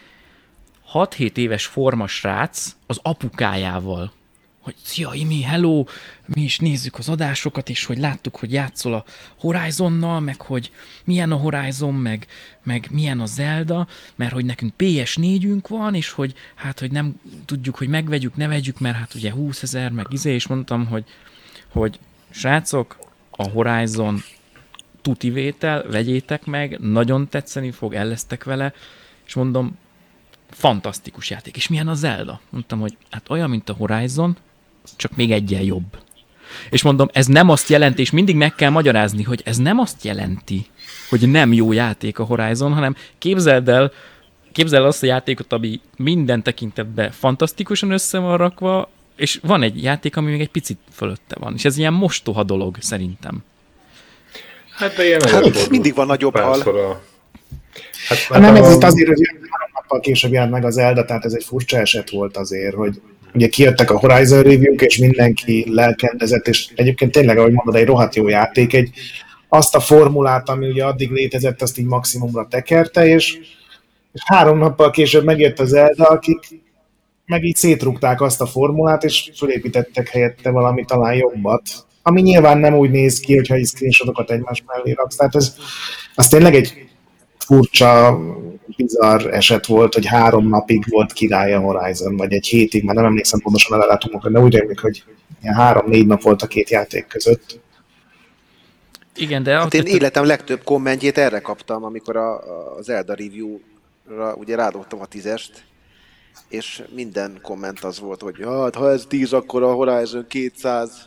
éves formasrác az apukájával. Hogy szia Imi, hello, mi is nézzük az adásokat, és hogy láttuk, hogy játszol a Horizonnal, meg hogy milyen a Horizon, meg milyen a Zelda, mert hogy nekünk PS4-ünk van, és hogy hát, hogy nem tudjuk, hogy megvegyük, ne vegyük, mert hát ugye 20 000, meg és mondtam, hogy srácok, a Horizon tuti vétel, vegyétek meg, nagyon tetszeni fog, el lesztek vele, és mondom, fantasztikus játék. És milyen a Zelda? Mondtam, hogy hát olyan, mint a Horizon, csak még egyen jobb. És mondom, ez nem azt jelenti, és mindig meg kell magyarázni, hogy ez nem azt jelenti, hogy nem jó játék a Horizon, hanem képzeld el azt a játékot, ami minden tekintetben fantasztikusan össze van rakva, és van egy játék, ami még egy picit fölötte van. És ez ilyen mostoha dolog, szerintem. Hát de ilyen mindig van nagyobb hal. Nem, ez itt azért, hogy 3 nappal később jelent meg az Zelda, tehát ez egy furcsa eset volt azért, hogy ugye kijöttek a Horizon review-k, és mindenki lelkendezett, és egyébként tényleg, ahogy mondod, egy rohadt jó játék, azt a formulát, ami ugye addig létezett, azt így maximumra tekerte, és 3 nappal később megjött az Zelda, akik meg így szétrugták azt a formulát, és felépítettek helyette valami talán jobbat, ami nyilván nem úgy néz ki, hogyha így screenshotokat egymás mellé raksz, tehát az tényleg egy furcsa, bizarr eset volt, hogy 3 napig volt király a Horizon, vagy egy hétig, már nem emlékszem pontosan a lelátumokra, de úgy rémlik, hogy 3-4 nap volt a két játék között. Igen, de... Hát én életem legtöbb kommentjét erre kaptam, amikor az Zelda review-ra ugye rádottam a 10-est, és minden komment az volt, hogy hát, ha ez 10, akkor a Horizon 200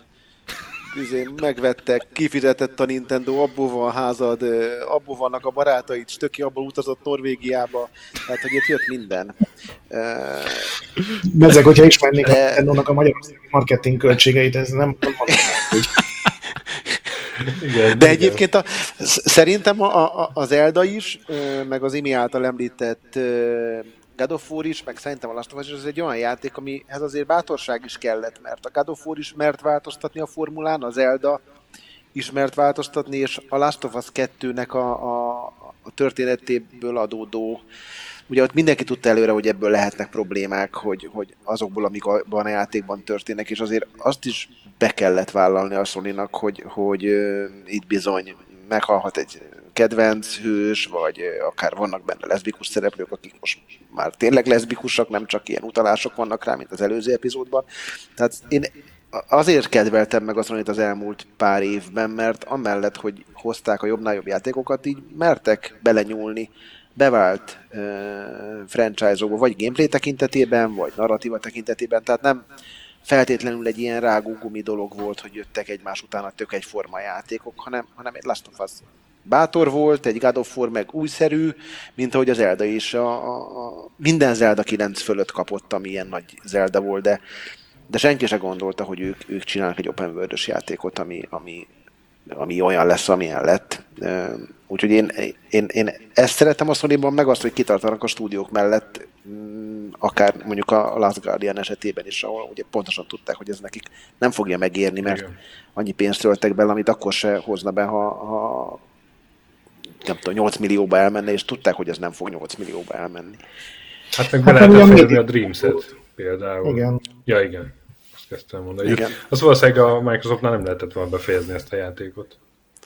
megvettek, kifizetett a Nintendo, abból van a házad, abból vannak a barátaid, Stöki abból utazott Norvégiába, tehát hogy itt jött minden. De ezek, hogyha ismernék a Nintendo-nak a magyarországi marketing költségeit, ez nem mondom, hogy... De egyébként szerintem az Zelda is, meg az Imi által említett God of War is, meg szerintem a Last of Us is, ez egy olyan játék, amihez azért bátorság is kellett, mert a God of War is mert változtatni a formulán, a Zelda is mert változtatni, és a Last of Us 2-nek a történetéből adódó, ugye ott mindenki tudta előre, hogy ebből lehetnek problémák, hogy azokból, amik abban a játékban történnek, és azért azt is be kellett vállalni a Sony-nak, hogy itt bizony meghalhat egy kedvenc hős, vagy akár vannak benne leszbikus szereplők, akik most már tényleg leszbikusak, nem csak ilyen utalások vannak rá, mint az előző epizódban. Tehát én azért kedveltem meg a Sony-t az elmúlt pár évben, mert amellett, hogy hozták a jobbnál jobb játékokat, így mertek belenyúlni bevált franchise-okba, vagy gameplay tekintetében, vagy narratíva tekintetében, tehát nem feltétlenül egy ilyen rágógumi dolog volt, hogy jöttek egymás után a tök egyforma játékok, hanem egy Last of Us bátor volt, egy God of War meg újszerű, mint ahogy az Zelda is. Minden Zelda 9 fölött kapott, ami ilyen nagy Zelda volt, de senki se gondolta, hogy ők csinálnak egy open world-ös játékot, ami olyan lesz, amilyen lett. Úgyhogy én ezt szeretem a Sony-ban, meg azt, hogy kitartanak a stúdiók mellett, akár mondjuk a Last Guardian esetében is, ahol ugye pontosan tudták, hogy ez nekik nem fogja megérni, mert annyi pénzt töltek bele, amit akkor se hozna be, ha nem tudom, 8 millióba elmenne, és tudták, hogy ez nem fog 8 millióba elmenni. Hát meg be lehetett fejezni a Dreams-et például. Igen. Ja, igen. Azt kezdtem mondani. Igen. Azt valószínűleg a Microsoftnál nem lehetett volna befejezni ezt a játékot.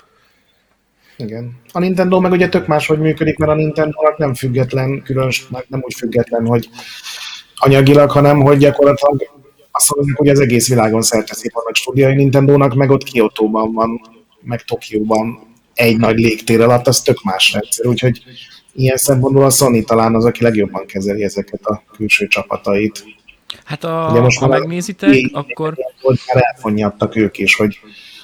Igen. A Nintendo meg ugye tök máshogy működik, mert a Nintendo-nak nem független, nem úgy független, hogy anyagilag, hanem hogy gyakorlatilag azt mondjuk, hogy az egész világon szerteszik vannak stúdiói, Nintendo-nak meg ott Kyoto-ban van, meg Tokióban egy nagy légtér alatt, az tök más rendszer, úgyhogy ilyen szempontból a Sony talán az, aki legjobban kezeli ezeket a külső csapatait. Hát ha megnézitek, akkor... Már elfonnyadtak ők is, hogy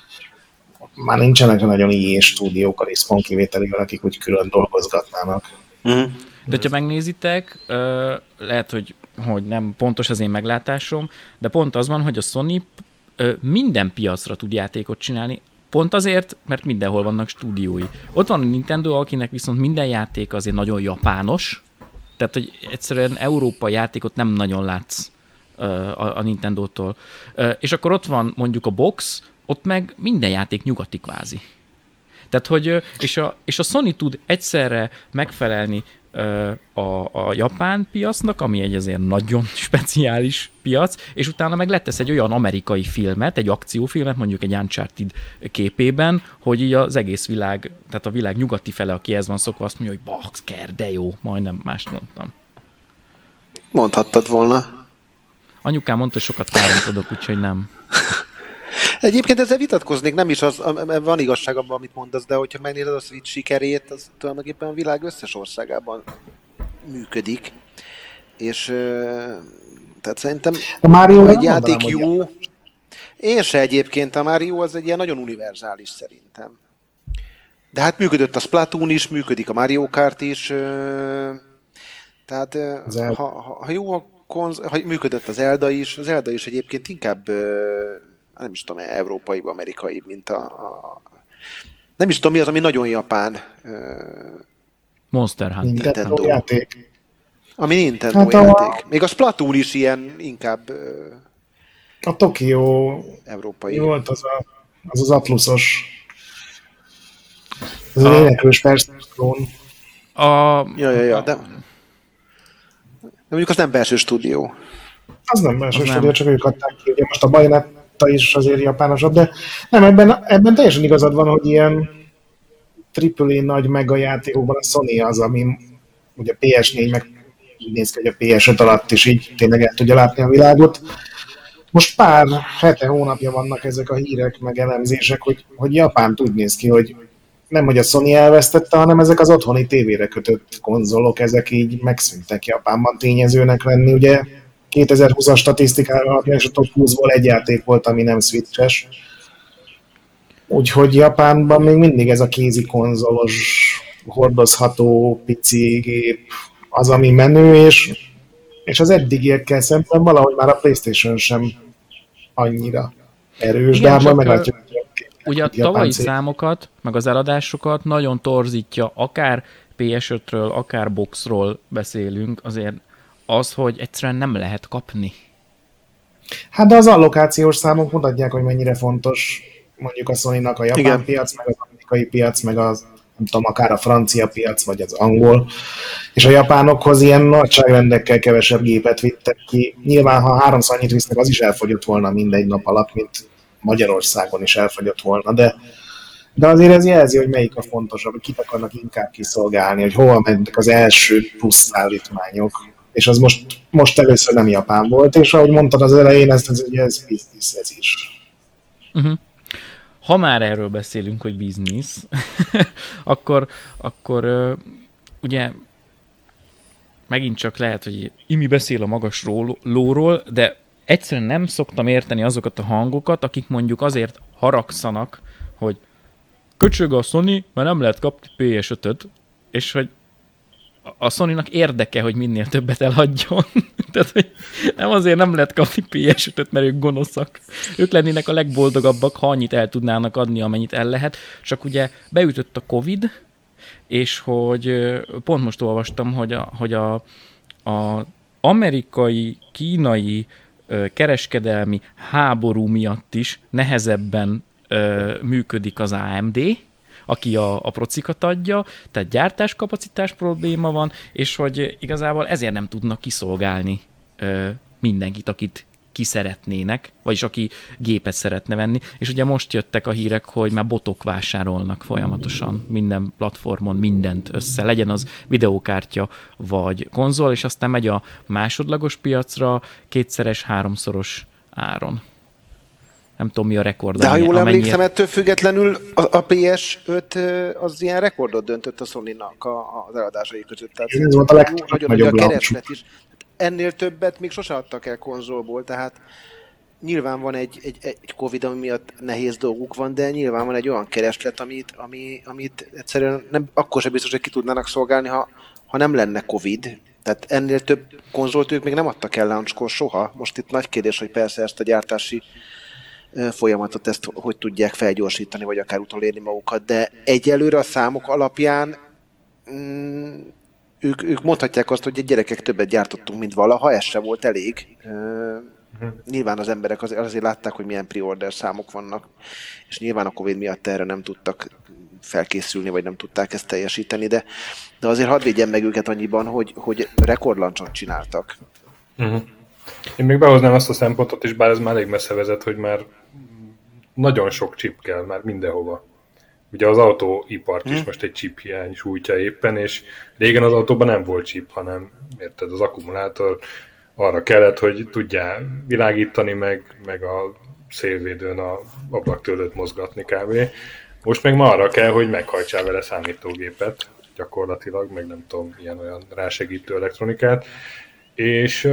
már nincsenek nagyon ilyen stúdiók a Respawn kivételével, akik úgy külön dolgozgatnának. De ha megnézitek, lehet, hogy nem pontos az én meglátásom, de pont az van, hogy a Sony minden piacra tud játékot csinálni, pont azért, mert mindenhol vannak stúdiói. Ott van a Nintendo, akinek viszont minden játék azért nagyon japános, tehát hogy egyszerűen európai játékot nem nagyon látsz a Nintendótól. És akkor ott van mondjuk a box, ott meg minden játék nyugati kvázi. Tehát, hogy, és a Sony tud egyszerre megfelelni a japán piacnak, ami egy azért nagyon speciális piac, és utána meg letesz egy olyan amerikai filmet, egy akciófilmet, mondjuk egy Uncharted képében, hogy így az egész világ, tehát a világ nyugati fele, aki ez van szokva, azt mondja, hogy bakker, de jó, majdnem mást mondtam. Mondhattad volna. Anyukám mondta, hogy sokat káromkodok, úgyhogy nem. Egyébként ezzel vitatkoznék, nem is van igazság abban, amit mondasz, de hogyha megnézed a Switch sikerét, az tulajdonképpen a világ összes országában működik. És tehát szerintem egy játék jó. Én se egyébként, a Mario az egy ilyen nagyon univerzális szerintem. De hát működött a Splatoon is, működik a Mario Kart is. Tehát ha jó a ha működött az Zelda is egyébként inkább nem is tudom, európai, amerikai, mint nem is tudom, mi az, ami nagyon japán. Monster Hunter. Nintendo játék. Ami Nintendo hát játék. Még a Splatoon is ilyen inkább a Tokió európai. Volt az Atlusos. Ez egy éneklős Persze-trón. Ja, de mondjuk az nem belső stúdió. Az nem belső stúdió, csak ők adták ki. Ugye most a Bayonetta is azért japánosabb, de nem, ebben teljesen igazad van, hogy ilyen AAA nagy mega játékokban a Sony az, ami ugye PS4 meg így néz ki, hogy a PS5 alatt is így tényleg el tudja látni a világot. Most pár hete, hónapja vannak ezek a hírek, meg elemzések, hogy Japán úgy néz ki, hogy nem, hogy a Sony elvesztette, hanem ezek az otthoni tévére kötött konzolok, ezek így megszűntek Japánban tényezőnek lenni. Ugye 2020-as statisztikára alapján és a top 20-ból egy játék volt, ami nem Switch-es. Úgyhogy Japánban még mindig ez a kézi konzolos, hordozható, pici gép az, ami menő, és az eddigiekkel szemben valahogy már a PlayStation sem annyira erős, igen, de hát majd meglátjuk. Ugye a tavalyi számokat, meg az eladásokat nagyon torzítja, akár PS5-ről, akár boxról beszélünk, azért az, hogy egyszerűen nem lehet kapni. Hát de az allokációs számok mutatják, hogy mennyire fontos mondjuk a Sony-nak a japán igen. piac, meg az amerikai piac, meg az, nem tudom, akár a francia piac, vagy az angol. És a japánokhoz ilyen nagyságrendekkel kevesebb gépet vittek ki. Nyilván, ha háromszor annyit visznek, az is elfogyott volna mindegy nap alatt, mint Magyarországon is elfogyott volna, de azért ez jelzi, hogy melyik a fontosabb, hogy kit akarnak inkább kiszolgálni, hogy hova mentek az első plusz szállítmányok. És az most először nem Japán volt, és ahogy mondtad az elején, ez business ez is. Uh-huh. Ha már erről beszélünk, hogy business, akkor ugye megint csak lehet, hogy Imi beszél a magas lóról, de egyszerűen nem szoktam érteni azokat a hangokat, akik mondjuk azért haragszanak, hogy köcsög a Sony, mert nem lehet kapni PS5-öt, és hogy a Sony-nak érdeke, hogy minél többet eladjon. Tehát, hogy nem azért nem lehet kapni PS5-öt, mert ők gonoszak. Ők lennének a legboldogabbak, ha annyit el tudnának adni, amennyit el lehet. Csak ugye beütött a Covid, és hogy pont most olvastam, hogy a amerikai, kínai kereskedelmi háború miatt is nehezebben működik az AMD, aki a procikat adja, tehát gyártáskapacitás probléma van, és hogy igazából ezért nem tudnak kiszolgálni mindenkit, akit ki szeretnének, vagyis aki gépet szeretne venni, és ugye most jöttek a hírek, hogy már botok vásárolnak folyamatosan minden platformon, mindent össze, legyen az videókártya vagy konzol, és aztán megy a másodlagos piacra 2-szeres, 3-szoros áron. Nem tudom, mi a rekord. De ha jól emlékszem, ettől függetlenül a PS5 az ilyen rekordot döntött a Sony-nak az eladásai között. Tehát ez volt a legnagyobb a kereslet is. Ennél többet még sose adtak el konzolból, tehát nyilván van egy Covid, ami miatt nehéz dolguk van, de nyilván van egy olyan kereslet, amit egyszerűen nem, akkor sem biztos, hogy ki tudnának szolgálni, ha nem lenne Covid. Tehát ennél több konzolt ők még nem adtak el launchkor soha. Most itt nagy kérdés, hogy persze ezt a gyártási folyamatot ezt hogy tudják felgyorsítani, vagy akár utolérni magukat, de egyelőre a számok alapján ők mondhatják azt, hogy a gyerekek többet gyártottunk, mint valaha, ez se volt elég. Nyilván az emberek azért látták, hogy milyen pre-order számok vannak, és nyilván a Covid miatt erre nem tudtak felkészülni, vagy nem tudták ezt teljesíteni, de azért hadd védjem meg őket annyiban, hogy rekordlancsot csináltak. Én még behoznám azt a szempontot is, bár ez már elég messze vezet, hogy már nagyon sok chip kell már mindenhova. Ugye az autóipart is most egy chip hiány sújtja éppen, és régen az autóban nem volt chip, hanem érted, az akkumulátor arra kellett, hogy tudjál világítani, meg a szélvédőn a ablaktörlőt mozgatni kb. Most meg ma arra kell, hogy meghajtsál vele számítógépet, gyakorlatilag, meg nem tudom, ilyen-olyan rásegítő elektronikát, és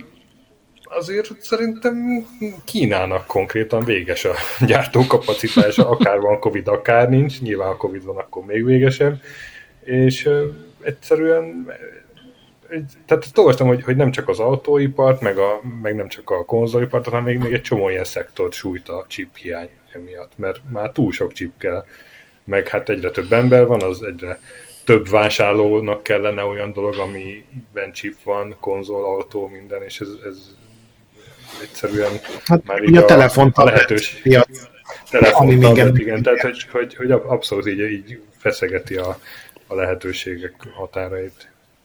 azért szerintem Kínának konkrétan véges a gyártókapacitása, akár van Covid, akár nincs, nyilván ha Covid van, akkor még végesebb, és egyszerűen, tehát azt olvastam, hogy nem csak az autóipart, meg nem csak a konzolipart, hanem még egy csomó ilyen szektort sújt a chip hiány emiatt, mert már túl sok chip kell, meg hát egyre több ember van, az egyre több vásárlónak kellene olyan dolog, amiben chip van, konzol, autó, minden, és ez egyszerűen hát már így a lehetőség. Telefontablet, igen, tehát hogy abszolút így feszegeti a lehetőségek határait.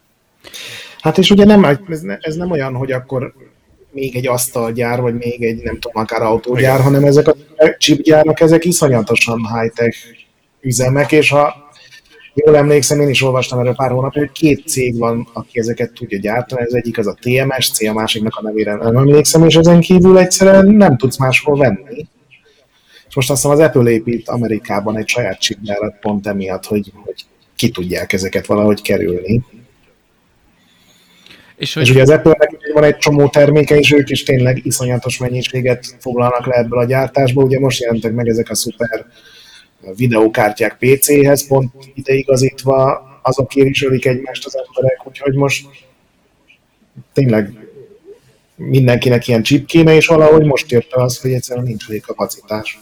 Hát és ugye ez nem olyan, hogy akkor még egy asztalgyár, vagy még egy nem tudom, akár autógyár, igen, hanem ezek a chipgyárak, ezek iszonyatosan high-tech üzemek, és ha jól emlékszem, én is olvastam erről pár hónapja, hogy 2 cég van, aki ezeket tudja gyártani, az egyik az a TMSC, a másiknak a nevére nem emlékszem, és ezen kívül egyszerűen nem tudsz máshol venni. És most azt hiszem az Apple épít Amerikában egy saját chipgyárat pont emiatt, hogy ki tudják ezeket valahogy kerülni. És ugye az Apple-nek van egy csomó terméke, és ők is tényleg iszonyatos mennyiséget foglalnak le ebből a gyártásból. Ugye most jelentek meg ezek a szuper videókártyák PC-hez, pont ideigazítva, azokért is ölik egymást az emberek, úgyhogy most tényleg mindenkinek ilyen chip kéne, és valahogy most jött az, hogy egyszerűen nincs elég kapacitás.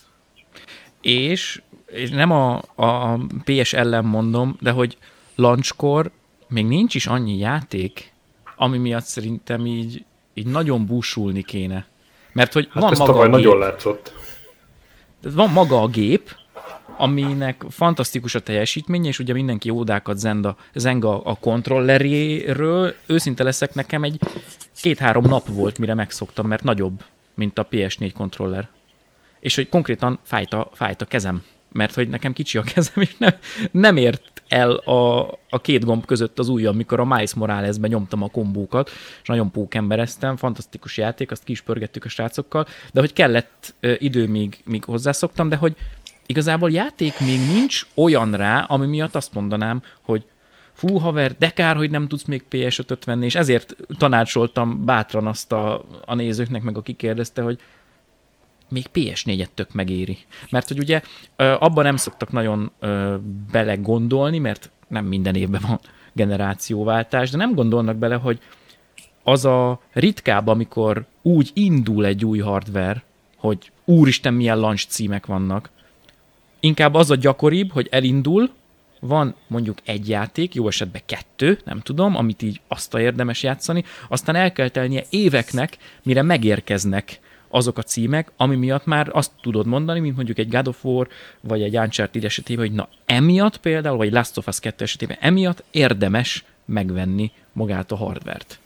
És nem a PS ellen mondom, de hogy launchkor még nincs is annyi játék, ami miatt szerintem így nagyon búsulni kéne. Mert hogy hát van ez maga a gép. nagyon látszott. Van maga a gép, aminek fantasztikus a teljesítménye, és ugye mindenki ódákat zeng a kontrolleréről. Őszinte leszek, nekem egy 2-3 nap volt, mire megszoktam, mert nagyobb, mint a PS4 kontroller. És hogy konkrétan fájt a kezem, mert hogy nekem kicsi a kezem, és nem ért el a 2 gomb között az ujjam, mikor a Miles Moralesben nyomtam a kombókat, és nagyon pókembereztem, fantasztikus játék, azt ki is pörgettük a srácokkal, de hogy kellett idő, míg hozzászoktam, de hogy igazából játék még nincs olyan rá, ami miatt azt mondanám, hogy fú, haver, de kár, hogy nem tudsz még PS5-öt venni, és ezért tanácsoltam bátran azt a nézőknek, meg aki kérdezte, hogy még PS4-et tök megéri. Mert hogy ugye abban nem szoktak nagyon belegondolni, mert nem minden évben van generációváltás, de nem gondolnak bele, hogy az a ritkább, amikor úgy indul egy új hardware, hogy úristen milyen launch címek vannak, inkább az a gyakoribb, hogy elindul, van mondjuk egy játék, jó esetben 2, nem tudom, amit így azt érdemes játszani, aztán el kell telnie éveknek, mire megérkeznek azok a címek, ami miatt már azt tudod mondani, mint mondjuk egy God of War, vagy egy Uncharted esetében, hogy na emiatt például, vagy Last of Us 2 esetében emiatt érdemes megvenni magát a hardvert.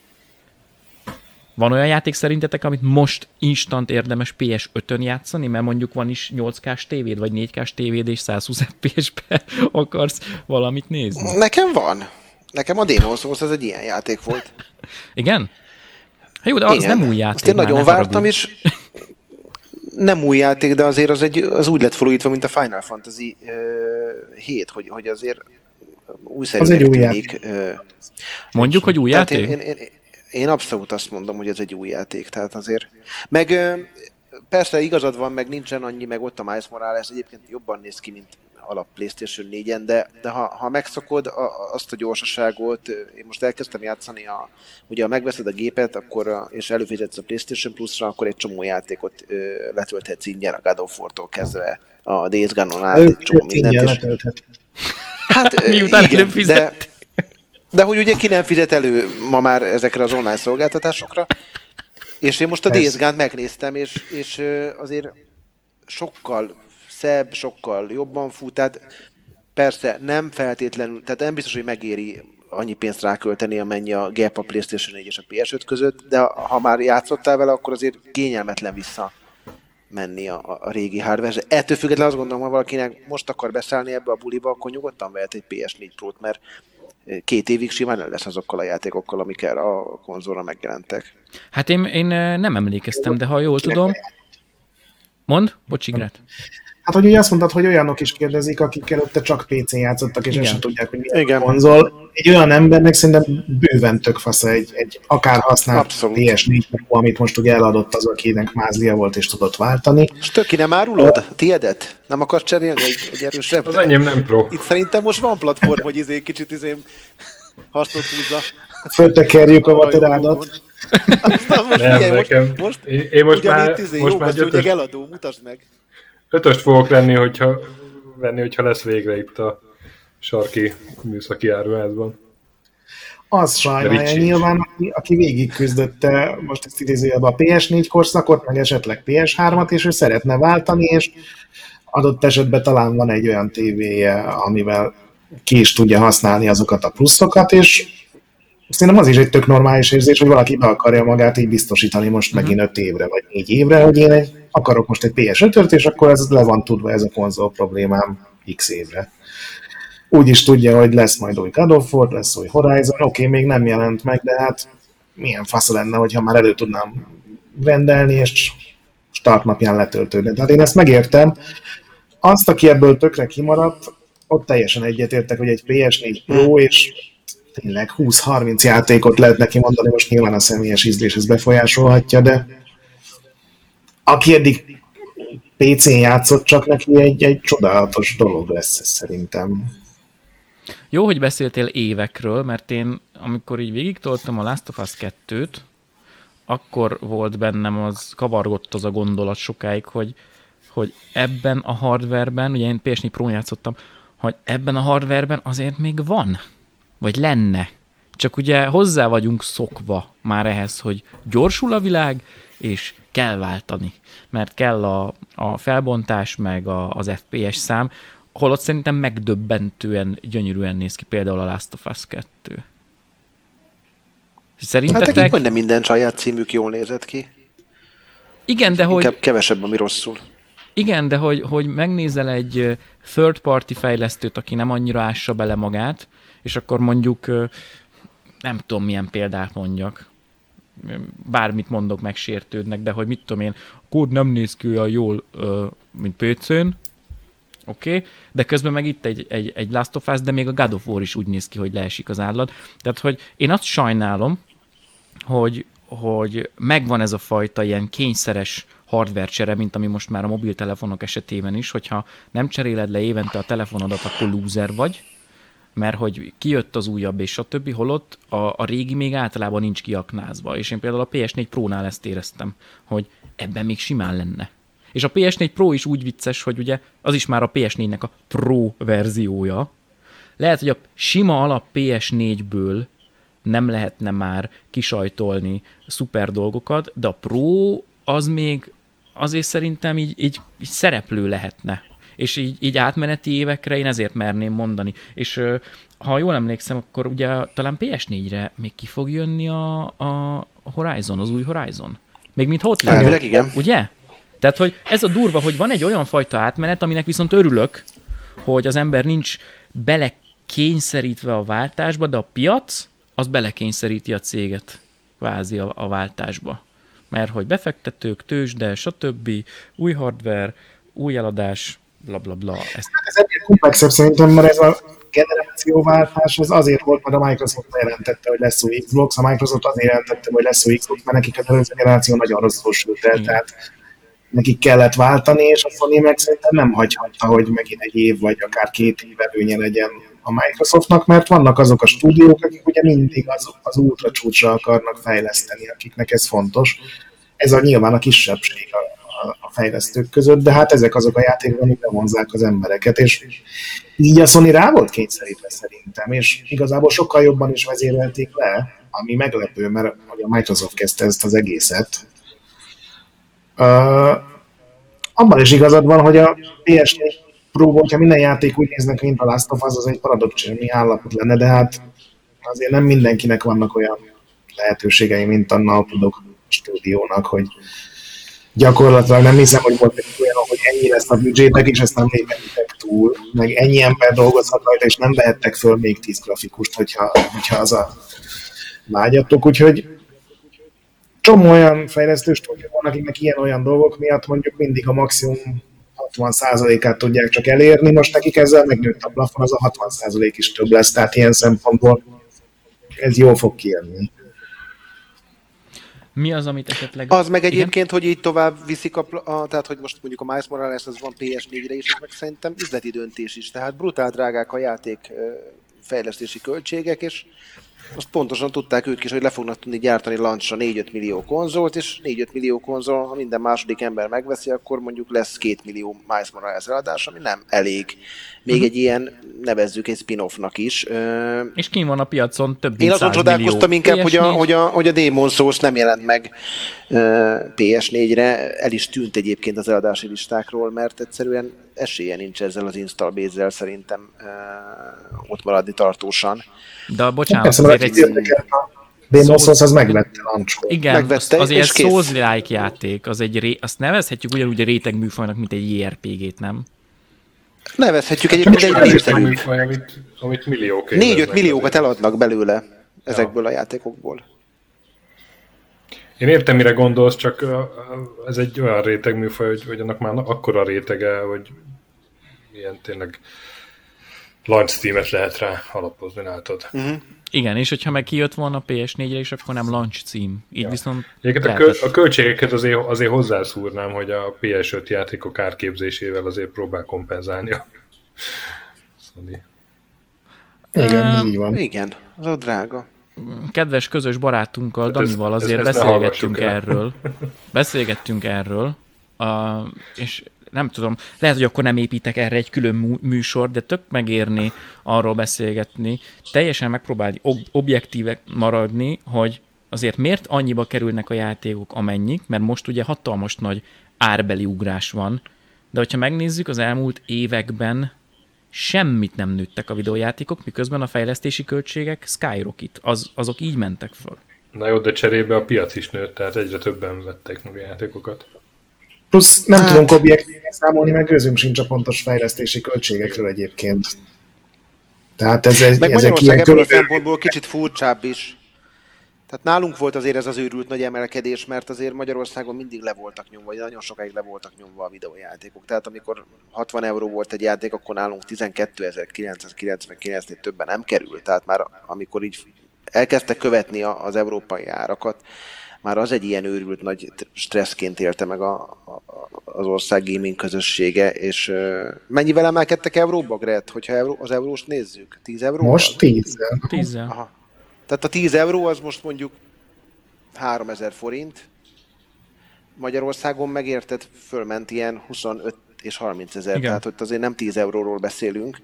Van olyan játék szerintetek, amit most instant érdemes PS5-ön játszani, mert mondjuk van is 8K-s tévéd, vagy 4K-s tévéd, és 120 FPS-be akarsz valamit nézni? Nekem van. Nekem a Demon's Souls az egy ilyen játék volt. Igen? Hát jó, de az nem új játék. Azt én nagyon vártam, és nem új játék, de azért az úgy lett felújítva, mint a Final Fantasy 7, hogy azért újszerűnek tűnik. Mondjuk, hogy új játék? Én abszolút azt mondom, hogy ez egy új játék, tehát azért. Meg persze igazad van, meg nincsen annyi, meg ott a Miles Morales egyébként jobban néz ki, mint alap PlayStation 4-en, de ha megszokod azt a gyorsaságot, én most elkezdtem játszani, ugye ha megveszed a gépet, akkor, és előfizetsz a PlayStation Plus-ra, akkor egy csomó játékot letölthetsz ingyen, a God of War-tól kezdve a Days Gone-on át, egy csomó mindent. Hát miután igen, előfizet. de hogy ugye ki nem fizet elő ma már ezekre az online szolgáltatásokra, és én most a Days Gone-t megnéztem, és azért sokkal szebb, sokkal jobban fut, tehát persze nem feltétlenül, tehát nem biztos, hogy megéri annyi pénzt rákölteni, amennyi a gap a PlayStation 4 és a PS5 között, de ha már játszottál vele, akkor azért kényelmetlen vissza menni a régi hardware. Ettől függetlenül azt gondolom, ha valakinek most akar beszállni ebbe a buliba, akkor nyugodtan vehet egy PS4 Pro-t, mert 2 évig simán el lesz azokkal a játékokkal, amik a konzolra megjelentek. Hát én nem emlékeztem, de ha jól tudom... Mondd, Bocsigrát. Hát, hogy ugye azt mondtad, hogy olyanok is kérdezik, akik előtte csak PC-n játszottak, és sem tudják, hogy milyen a konzol. Egy olyan embernek szerintem bőven tök fasz egy akár használt PS4, amit most ugye eladott az, akinek mázlia volt és tudott váltani. És töki, nem árulod tiédet? Nem akarsz cserélni egy erősebb? Az enyém nem pro. Itt szerintem most van platform, hogy kicsit hasznot húzza. Föltekerjük a vaterádat. Én most már eladó, mutasd meg. 5-öst fogok venni, hogyha lesz végre itt a sarki műszaki áruházban. Az sajnálja nyilván, aki végig küzdötte most ezt idézőjelben a PS4 korszakot, meg esetleg PS3-at, és ő szeretne váltani, és adott esetben talán van egy olyan tévéje, amivel ki is tudja használni azokat a pluszokat, és szerintem az is egy tök normális érzés, hogy valaki be akarja magát így biztosítani most megint 5 évre, vagy 4 évre, hogy én akarok most egy PS5-öt, és akkor ez le van tudva ez a konzol problémám x évre. Úgy is tudja, hogy lesz majd új God of War, lesz új Horizon, oké, még nem jelent meg, de hát milyen fasz lenne, hogyha már elő tudnám rendelni, és start napján letöltődni. Tehát én ezt megértem. Azt, aki ebből tökre kimaradt, ott teljesen egyetértek, hogy egy PS4 Pro, és tényleg 20-30 játékot lehet neki mondani, most nyilván a személyes ízléshez befolyásolhatja, de aki eddig PC-n játszott, csak neki egy csodálatos dolog lesz ez szerintem. Jó, hogy beszéltél évekről, mert én, amikor így végigtoltam a Last of Us 2-t, akkor volt bennem kavargott az a gondolat sokáig, hogy ebben a hardwareben, ugye én PS4 Pro játszottam, hogy ebben a hardwareben azért még van, vagy lenne. Csak ugye hozzá vagyunk szokva már ehhez, hogy gyorsul a világ, és kell váltani. Mert kell a felbontás, meg az FPS szám, holott szerintem megdöbbentően gyönyörűen néz ki például a Last of Us 2. Szerintetek... Hát nem minden saját címük jól nézett ki. Igen, de hogy... Kevesebb, ami rosszul. Igen, de hogy megnézel egy third party fejlesztőt, aki nem annyira ássa bele magát, és akkor mondjuk, nem tudom milyen példát mondjak, bármit mondok, megsértődnek, de hogy mit tudom én, a kód nem néz ki olyan jól, mint PC-n, oké, de közben meg itt egy Last of Us, de még a God of War is úgy néz ki, hogy leesik az állat. Tehát, hogy én azt sajnálom, hogy megvan ez a fajta ilyen kényszeres hardware csere, mint ami most már a mobiltelefonok esetében is, hogyha nem cseréled le évente a telefonodat, akkor loser vagy, mert hogy kijött az újabb és stb., holott a régi még általában nincs kiaknázva. És én például a PS4 Pro-nál ezt éreztem, hogy ebben még simán lenne. És a PS4 Pro is úgy vicces, hogy ugye az is már a PS4-nek a Pro verziója. Lehet, hogy a sima alap PS4-ből nem lehetne már kisajtolni szuper dolgokat, de a Pro az még azért szerintem így szereplő lehetne. És így átmeneti évekre én ezért merném mondani. És ha jól emlékszem, akkor ugye talán PS4-re még ki fog jönni a Horizon, az új Horizon. Még mint Hotline. Igen. Ugye? Tehát, hogy ez a durva, hogy van egy olyan fajta átmenet, aminek viszont örülök, hogy az ember nincs belekényszerítve a váltásba, de a piac az belekényszeríti a céget kvázi a váltásba. Mert hogy befektetők, tőzsde, stb., új hardware, új eladás, blablabla. Ez egyébként komplexebb szerintem, mert ez a generációváltás az azért volt, mert a Microsoft jelentette, hogy lesz új Xbox, a Microsoft azért jelentette, hogy lesz új Xbox, mert nekik az előző generáció nagyon rosszul sült el, tehát nekik kellett váltani, és a Sony meg szerintem nem hagyhatta, hogy megint egy év vagy akár 2 év előnye legyen a Microsoftnak, mert vannak azok a stúdiók, akik ugye mindig az ultra csúcsra akarnak fejleszteni, akiknek ez fontos. Ez nyilván a kisebbség a fejlesztők között, de hát ezek azok a játékok, amik bevonzák az embereket, és így a Sony rá volt kényszerítve szerintem, és igazából sokkal jobban is vezérelték le, ami meglepő, mert a Microsoft kezdte ezt az egészet. Abban is igazad van, hogy a PS4 Pro-ból, hogyha minden játék úgy néznek, mint a Last of Us, az egy paradoxonmi állapot lenne, de hát azért nem mindenkinek vannak olyan lehetőségei, mint a Naughty Dog stúdiónak, hogy gyakorlatilag nem hiszem, hogy volt egy olyan, hogy ennyi lesz a büdzsétek, és ezt nem léphettek túl, meg ennyi ember dolgozhat rajta, és nem vehettek föl még 10 grafikust, hogyha az a vágyatok, úgyhogy csomó olyan fejlesztő stúdió van, akiknek ilyen-olyan dolgok miatt mondjuk mindig a maximum 60%-át tudják csak elérni, most nekik ezzel megnőtt a plafon, az a 60% is több lesz, tehát ilyen szempontból ez jól fog kijönni. Mi az, amit esetleg... Az meg egyébként, hogy így tovább viszik tehát hogy most mondjuk a Miles Morales az van PS4-re is, ez meg szerintem üzleti döntés is, tehát brutál drágák a játék fejlesztési költségek, és azt pontosan tudták ők is, hogy le fognak tudni gyártani launchra 4-5 millió konzolt, és 4-5 millió konzol, ha minden második ember megveszi, akkor mondjuk lesz 2 millió Miles Morales eladás, ami nem elég. Még egy ilyen, nevezzük egy spin-offnak is. És kín van a piacon több mint 100 millió. Én azon csodálkoztam inkább, hogy a Demon's Souls nem jelent meg PS4-re, el is tűnt egyébként az eladási listákról, mert egyszerűen esélye nincs ezzel az install base-zel szerintem ott maradni tartósan. De bocsánat, persze, azért egy... Demon's Souls az megvette launchról. Igen, megvette, azért egy kész. Souls-like játék, azt nevezhetjük ugyanúgy a réteg műfajnak, mint egy JRPG-t, nem? Nevezhetjük egyébként egy népszerű. Amit milliók 4-5 milliókat eladnak belőle ezekből a játékokból. Én értem, mire gondolsz, csak ez egy olyan rétegműfaj, hogy annak már akkora rétege, hogy ilyen tényleg launch Steam-et lehet rá alapozni, látod. Igen, és hogyha meg kijött volna PS4-re is, akkor nem launch cím. Így viszont a költségeket azért hozzászúrnám, hogy a PS5 játékok árképzésével azért próbál kompenzálni a Sony. Igen, ez így van. Igen, az a drága. Kedves közös barátunkkal, Danival azért beszélgettünk erről, és nem tudom, lehet, hogy akkor nem építek erre egy külön műsor, de tök megérni arról beszélgetni, teljesen megpróbálni objektívek maradni, hogy azért miért annyiba kerülnek a játékok amennyik, mert most ugye hatalmas nagy árbeli ugrás van, de hogyha megnézzük, az elmúlt években semmit nem nőttek a videójátékok, miközben a fejlesztési költségek skyrocket, azok így mentek föl. Na jó, de cserébe a piac is nőtt, tehát egyre többen vettek meg a játékokat. Plusz nem tudunk objektíven számolni, meg gőzünk sincs a pontos fejlesztési költségekről egyébként. Tehát ezek Magyarország ebből a szempontból kicsit furcsább is. Tehát nálunk volt azért ez az őrült nagy emelkedés, mert azért Magyarországon mindig le voltak nyomva, vagy nagyon sokáig le voltak nyomva a videójátékok. Tehát amikor 60 euró volt egy játék, akkor nálunk 12.999-nél többen nem került. Tehát már amikor így elkezdtek követni az európai árakat, már az egy ilyen őrült nagy stresszként élte meg az ország gaming közössége, és mennyivel emelkedtek euróba, Gret, hogyha az euróst nézzük? 10 euró? Most 10. 10. Aha. Tehát a 10 euró az most mondjuk 3000 forint, Magyarországon megérted, fölment ilyen 25 és 30 ezer, tehát ott azért nem 10 euróról beszélünk.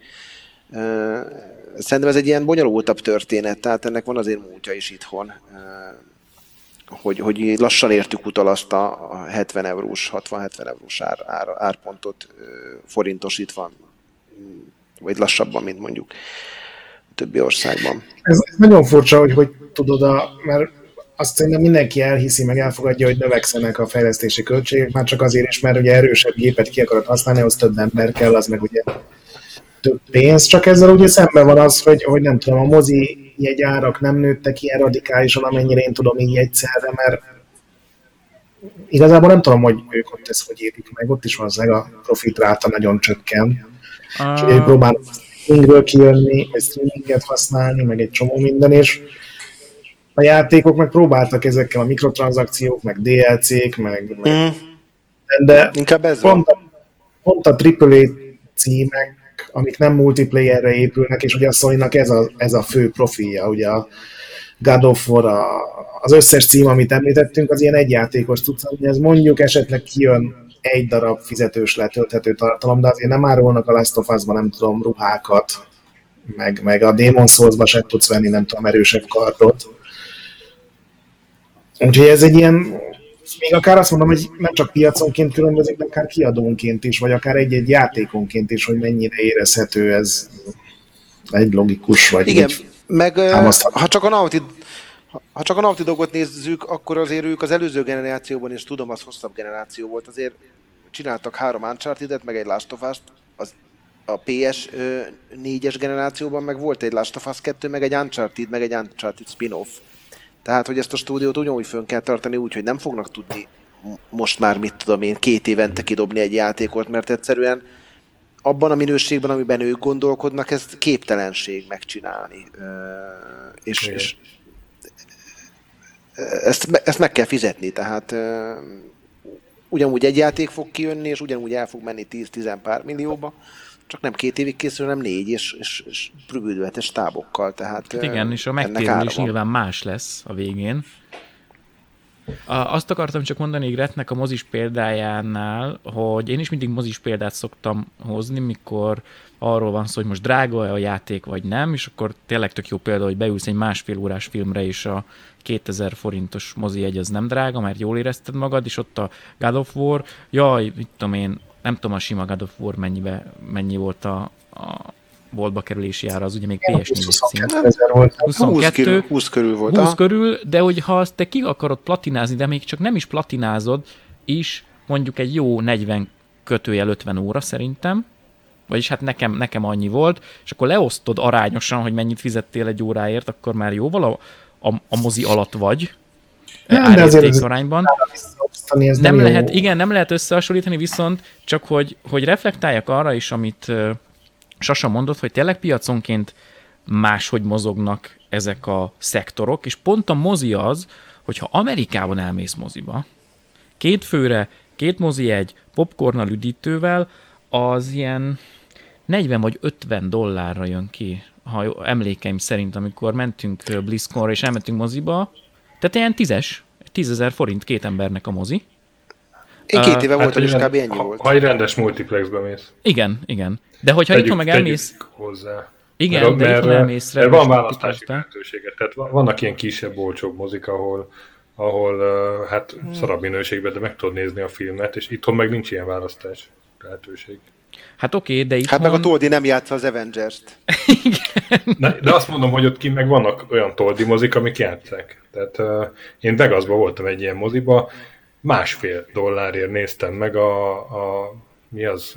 Szerintem ez egy ilyen bonyolultabb történet, tehát ennek van azért múltja is itthon. hogy lassan értük utol azt a 70 eurós, 60-70 eurós árpontot forintosítva, vagy lassabban, mint mondjuk a többi országban. Ez nagyon furcsa, hogy tudod, mert azt szerintem mindenki elhiszi, meg elfogadja, hogy növekszenek a fejlesztési költségek, már csak azért is, mert ugye erősebb gépet ki akarod használni, ahhoz több ember kell, az meg ugye több pénz, csak ezzel ugye szemben van az, hogy nem tudom, a mozi jegyárak nem nőttek ilyen radikálisan, amennyire én tudom így egyszerre, mert igazából nem tudom, hogy ők ott ezt hogy érik meg, ott is valószínűleg a profitráta nagyon csökken. És ugye próbálnak streamingről kijönni, vagy streaminget használni, meg egy csomó minden, és a játékok meg próbáltak ezekkel a mikrotranszakciók, meg DLC-k, de inkább ez pont a AAA címek, amik nem multiplayerre épülnek, és ugye a Sony-nak ez a fő profilja, ugye a God of War, az összes cím, amit említettünk, az ilyen egyjátékos cucc, hogy ez mondjuk esetleg kijön egy darab fizetős letölthető tartalom, de azért nem árulnak a Last of Us-ban, nem tudom, ruhákat, meg a Demon's Souls-ba sem tudsz venni, nem tudom, erősebb kardot. Úgyhogy ez egy ilyen, még akár azt mondom, hogy nem csak piaconként különbözik, de akár kiadónként is, vagy akár egy-egy játékonként is, hogy mennyire érezhető ez egy logikus, vagy igen, meg ha csak a Naughty Dogot nézzük, akkor azért ők az előző generációban, és tudom, az hosszabb generáció volt, azért csináltak 3 Uncharted-et, meg egy Last of Us-t, a PS 4-es generációban meg volt egy Last of Us 2, meg egy Uncharted spin-off. Tehát, hogy ezt a stúdiót ugyanúgy fönn kell tartani, úgyhogy nem fognak tudni most már, mit tudom én, 2 évente kidobni egy játékot, mert egyszerűen abban a minőségben, amiben ők gondolkodnak, ez képtelenség megcsinálni. És ezt meg kell fizetni, tehát ugyanúgy egy játék fog kijönni, és ugyanúgy el fog menni 10-10 pár millióba, csak nem 2 évig készül, hanem 4, és prügődőhetes tábokkal. Tehát igen, és a megtérülés nyilván más lesz a végén. Azt akartam csak mondani Gretnek a mozis példájánál, hogy én is mindig mozis példát szoktam hozni, mikor arról van szó, hogy most drága a játék, vagy nem, és akkor tényleg tök jó példa, hogy beülsz egy 1,5 órás filmre, és a 2000 forintos mozi jegy az nem drága, mert jól érezted magad, és ott a God of War, jaj, mit tudom én, nem tudom a sima God of War mennyi volt a boltba kerülési ára, az ugye még PS4-es szín. 20 körül volt. 20 körül, de hogyha azt te ki akarod platinázni, de még csak nem is platinázod, is mondjuk egy jó 40-50 óra szerintem, vagyis hát nekem annyi volt, és akkor leosztod arányosan, hogy mennyit fizettél egy óráért, akkor már jóval a mozi alatt vagy, árérték arányban. Nem lehet, igen, nem lehet összehasonlítani, viszont csak hogy reflektáljak arra is, amit Sasa mondott, hogy tényleg piaconként máshogy mozognak ezek a szektorok, és pont a mozi az, hogyha Amerikában elmész moziba, 2 főre, 2 mozi egy popcornnal, üdítővel, az ilyen 40 vagy 50 dollárra jön ki, ha emlékeim szerint, amikor mentünk BlizzConra és elmentünk moziba, tehát ilyen 10 000 forint 2 embernek a mozi. Én 2 éve volt, hogy is kb. Ennyi volt. Ha egy rendes multiplexbe mész. Igen. De hogyha itthon meg elmész... hozzá. Igen, de itthon elmész... Mert van választási lehetőséget. Tehát vannak ilyen kisebb, olcsóbb mozik, ahol hát szarabb minőségben, de meg tudod nézni a filmet, és itthon meg nincs ilyen választás lehetőség. Hát oké, de itthon... Hát meg a Toldi nem játsza az Avengers-t. Igen. De azt mondom, hogy ott ki meg vannak olyan Toldi mozik, amik játszák. Tehát én Vegasban voltam egy ilyen moziba, $1,5 néztem meg mi az?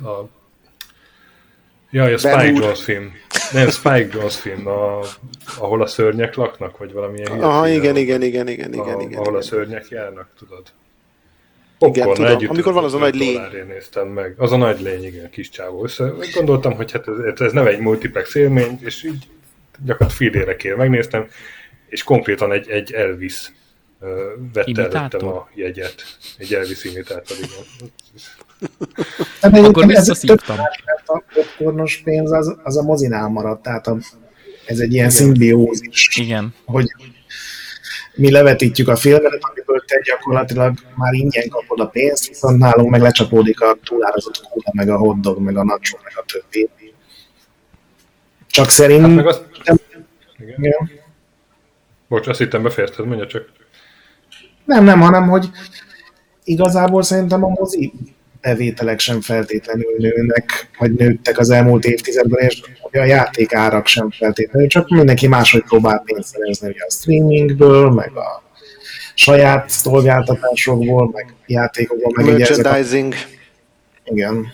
A Spike Jonze film. Nem, Spike Jonze film, ahol a szörnyek laknak, vagy valamilyen aha, igen. Ahol a szörnyek járnak, tudod. Igen, tudom. Amikor van az a nagy lény. Néztem meg. Az a nagy lény, igen, kis csávó. Gondoltam, hogy hát ez nem egy multiplex élmény, és így gyakorlatilag félére kér. Megnéztem, és konkrétan egy Elvis vette előttem a jegyet. Egy Elvis imitátor, igen. Akkor visszaszívtam. A popcornos pénz az a mozinál maradt, tehát ez egy ilyen szimbiózis. Igen. Hogy mi levetítjük a filmet, amiből te gyakorlatilag már ingyen kapod a pénzt, viszont nálunk meg lecsapódik a túlárazott kóla, meg a hotdog, meg a nacho, meg a többi. Csak szerint... Hát meg azt... Igen. Bocs, azt hittem befejezted, mondja csak. Nem, hanem hogy igazából szerintem a mozi bevételek sem feltétlenül nőnek, vagy nőttek az elmúlt évtizedben, és a játékárak sem feltétlenül, csak mindenki máshogy próbál pénzt szerezni, ugye a streamingből, meg a saját szolgáltatásokból, meg játékokból, meg merchandising. Igen.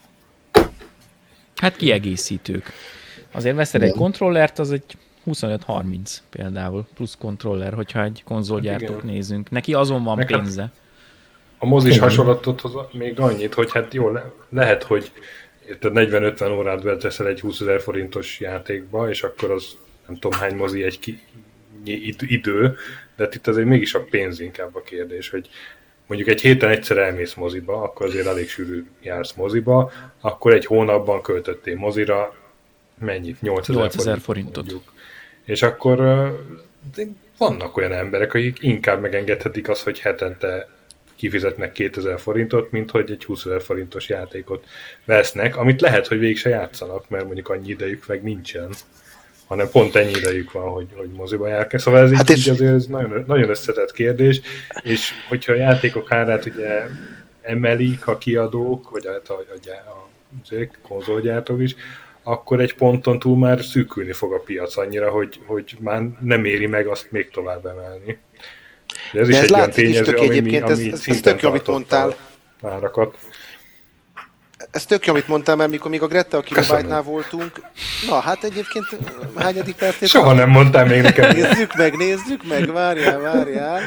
Hát kiegészítők. Azért veszel egy kontrollert, az egy 25-30 például, plusz kontroller, hogyha egy konzolgyártót nézünk. Neki azon van pénze. A mozis hasonlatot hoz még annyit, hogy hát jó, lehet, hogy 40-50 órát beteszel egy 20 000 forintos játékba, és akkor az nem tudom hány mozi egy idő, de itt azért mégis a pénz inkább a kérdés, hogy mondjuk egy héten egyszer elmész moziba, akkor azért elég sűrű jársz moziba, akkor egy hónapban költöttél mozira mennyit? 8000 forintot. Mondjuk. És akkor vannak olyan emberek, akik inkább megengedhetik azt, hogy hetente kifizetnek 2000 forintot, mint hogy egy 20 000 forintos játékot vesznek, amit lehet, hogy végig se játszanak, mert mondjuk annyi idejük meg nincsen, hanem pont ennyi idejük van, hogy moziba járnak. Szóval ez hát így azért ez nagyon, nagyon összetett kérdés, és hogyha a játékok árát ugye emelik a kiadók, vagy a konzolgyártók is, akkor egy ponton túl már szűkülni fog a piac annyira, hogy már nem éri meg azt még tovább emelni. De ez is egy olyan tényező, ami ez tök jó, amit mondtál. Árakat. Ez tök jó, amit mondtál, mert mikor még a Greta Kilobyte-nál voltunk, na hát egyébként hányadik percét? Soha nem mondtál még nekem. Nézzük meg, várjál.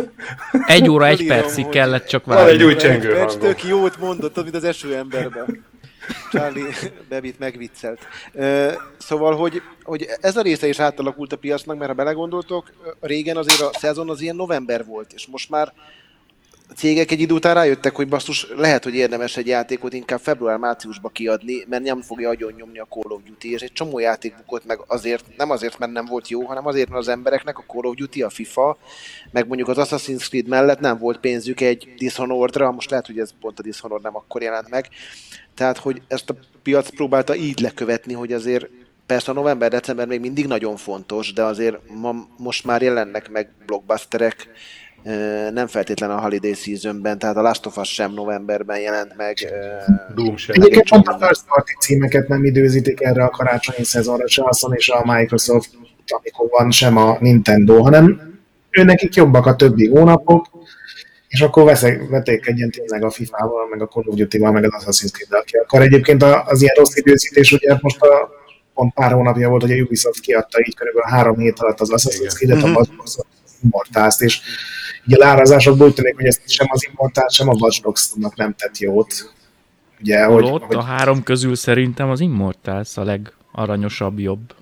1 óra 1 percig kellett csak várni. Van egy új csengő hangom. Tök jót mondott, mint az esőemberben. Charlie Bebit megviccelt. Szóval, hogy ez a része is átalakult a piacnak, mert ha belegondoltok, régen azért a szezon az ilyen november volt, és most már a cégek egy idő után rájöttek, hogy basszus, lehet, hogy érdemes egy játékot inkább február-márciusba kiadni, mert nem fogja agyon nyomni a Call of Duty, és egy csomó játék bukott meg azért, nem azért, mert nem volt jó, hanem azért, mert az embereknek a Call of Duty, a FIFA, meg mondjuk az Assassin's Creed mellett nem volt pénzük egy Dishonored-ra, most lehet, hogy ez pont a Dishonored nem akkor jelent meg. Tehát, hogy ezt a piac próbálta így lekövetni, hogy azért persze a november-december még mindig nagyon fontos, de azért most már jelennek meg blockbusterek, nem feltétlenül a Holiday Seasonben, tehát a Last of Us sem novemberben jelent meg. Doom sem. Egyébként pont a first party címeket nem időzítik erre a karácsonyi szezonra, se a Sony, se a Microsoft, amikor van, sem a Nintendo, hanem őnekik jobbak a többi hónapok, és akkor vetélkedjen tényleg a FIFA-val, meg a Call of Duty-val, meg az Assassin's Creed-vel, aki akar. Egyébként az ilyen rossz időzítés, ugye most pont pár hónapja volt, hogy a Ubisoft kiadta így körülbelül 3 hét alatt az Assassin's Creed-et, a Immortals-t, és ugye a lárazásokból úgy tűnik, hogy ezt sem az Immortals, sem a Watch Dogs-nak nem tett jót. Ugye, hogy a 3 közül szerintem az Immortals a legaranyosabb, jobb.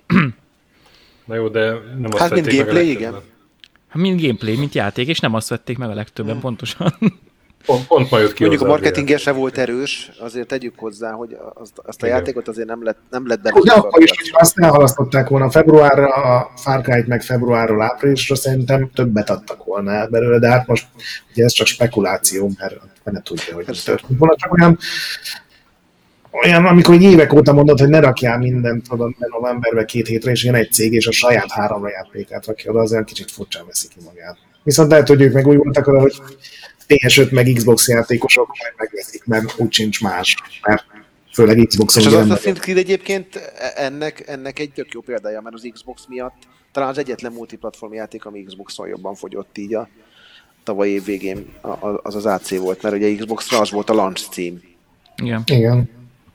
Na jó, de nem azt hát mint gameplay, igen. Mint gameplay, mint játék, és nem azt vették meg a legtöbben pontosan. Pont majd jött ki. Mondjuk a marketingje se volt erős, azért tegyük hozzá, hogy azt a játékot azért nem lett benne. De akkor is, hogyha azt elhalasztották volna februárra, a Far Cry-t meg februárról áprilisra, szerintem többet adtak volna el belőle, de hát most ugye ez csak spekuláció, mert ne tudja, hogy ez történt volna. Csak olyan, amikor évek óta mondod, hogy ne rakjál mindent oda novemberbe 2 hétre, és jön egy cég, és a saját 3 játékát rakja oda, az olyan kicsit furcsán veszi ki magát. Viszont lehet, hogy ők meg úgy voltak oda, hogy PS5 meg Xbox játékosok majd megveszik, mert úgy sincs más, mert főleg Xboxon. És az Assassin's Creed egyébként ennek egy tök jó példája, mert az Xbox miatt talán az egyetlen multiplatform játék, ami Xboxon jobban fogyott így a tavalyi év végén az AC volt, mert ugye Xboxra az volt a launch cím. Igen.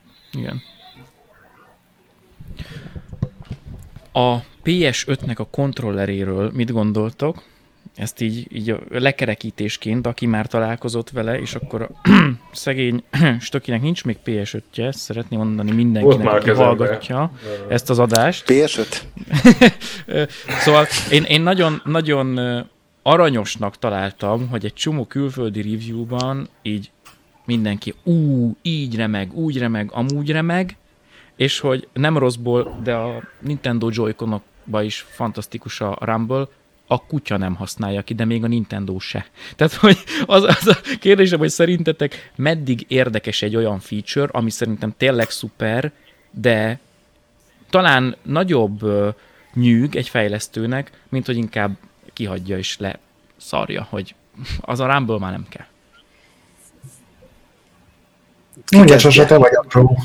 A PS5-nek a kontrolleréről mit gondoltok? Ezt így a lekerekítésként, aki már találkozott vele, és akkor a szegény Stökinek nincs még PS5-je, szeretném mondani mindenkinek, aki hallgatja ezt az adást. PS5? Szóval én nagyon aranyosnak találtam, hogy egy csomó külföldi reviewban így mindenki így remeg, úgy remeg, amúgy remeg, és hogy nem rosszból, de a Nintendo Joy-Conokban is fantasztikus a Rumble, a kutya nem használja ki, de még a Nintendo se. Tehát, hogy az a kérdésem, hogy szerintetek meddig érdekes egy olyan feature, ami szerintem tényleg szuper, de talán nagyobb nyűg egy fejlesztőnek, mint hogy inkább kihagyja és leszarja, hogy az a Rumble már nem kell. Mondja, sose te vagy apró.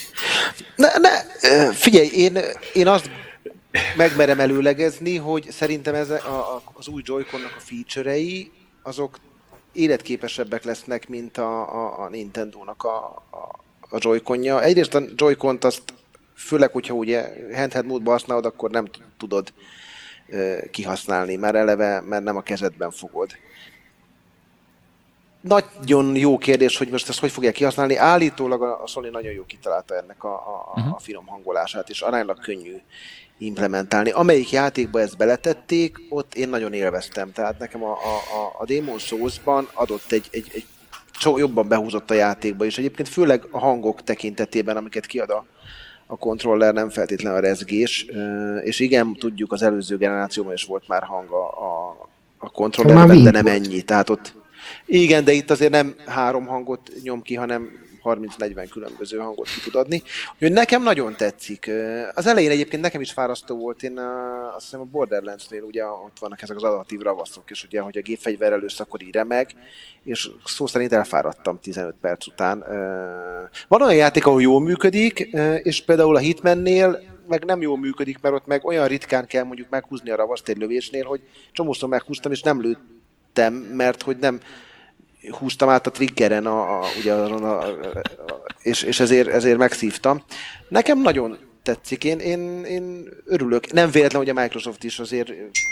Figyelj, én azt megmerem előlegezni, hogy szerintem az új Joy-Connak a feature-ei, azok életképesebbek lesznek, mint a Nintendo-nak a Joy-Conja. Egyrészt a Joy-Cont azt, főleg, hogyha ugye handheld módban használod, akkor nem tudod kihasználni, mert eleve, mert nem a kezedben fogod. Nagyon jó kérdés, hogy most ezt hogy fogják kihasználni. Állítólag a Sony nagyon jó kitalálta ennek a finom hangolását, és aránylag könnyű implementálni. Amelyik játékba ezt beletették, ott én nagyon élveztem. Tehát nekem a Demon's Souls-ban adott egy jobban behúzott a játékba, és egyébként főleg a hangok tekintetében, amiket kiad a kontroller, nem feltétlenül a rezgés, és igen, tudjuk, az előző generációban is volt már hang a kontrollerben, de nem ennyi. Tehát ott igen, de itt azért nem 3 hangot nyom ki, hanem 30-40 különböző hangot ki tud adni. Úgyhogy nekem nagyon tetszik. Az elején egyébként nekem is fárasztó volt, én azt hiszem a Borderlands-nél ugye ott vannak ezek az adaptív ravaszok, és ugye, hogy a gépfegyverrel lősz, akkor így remeg, és szó szerint elfáradtam 15 perc után. Van olyan játék, ahol jól működik, és például a Hitmannél meg nem jól működik, mert ott meg olyan ritkán kell mondjuk meghúzni a ravaszt egy lövésnél, hogy csomószor meghúztam, és nem lőttem, mert hogy nem húztam át a triggeren, és ezért megszívtam. Nekem nagyon tetszik, én örülök. Nem véletlen, hogy a Microsoft is azért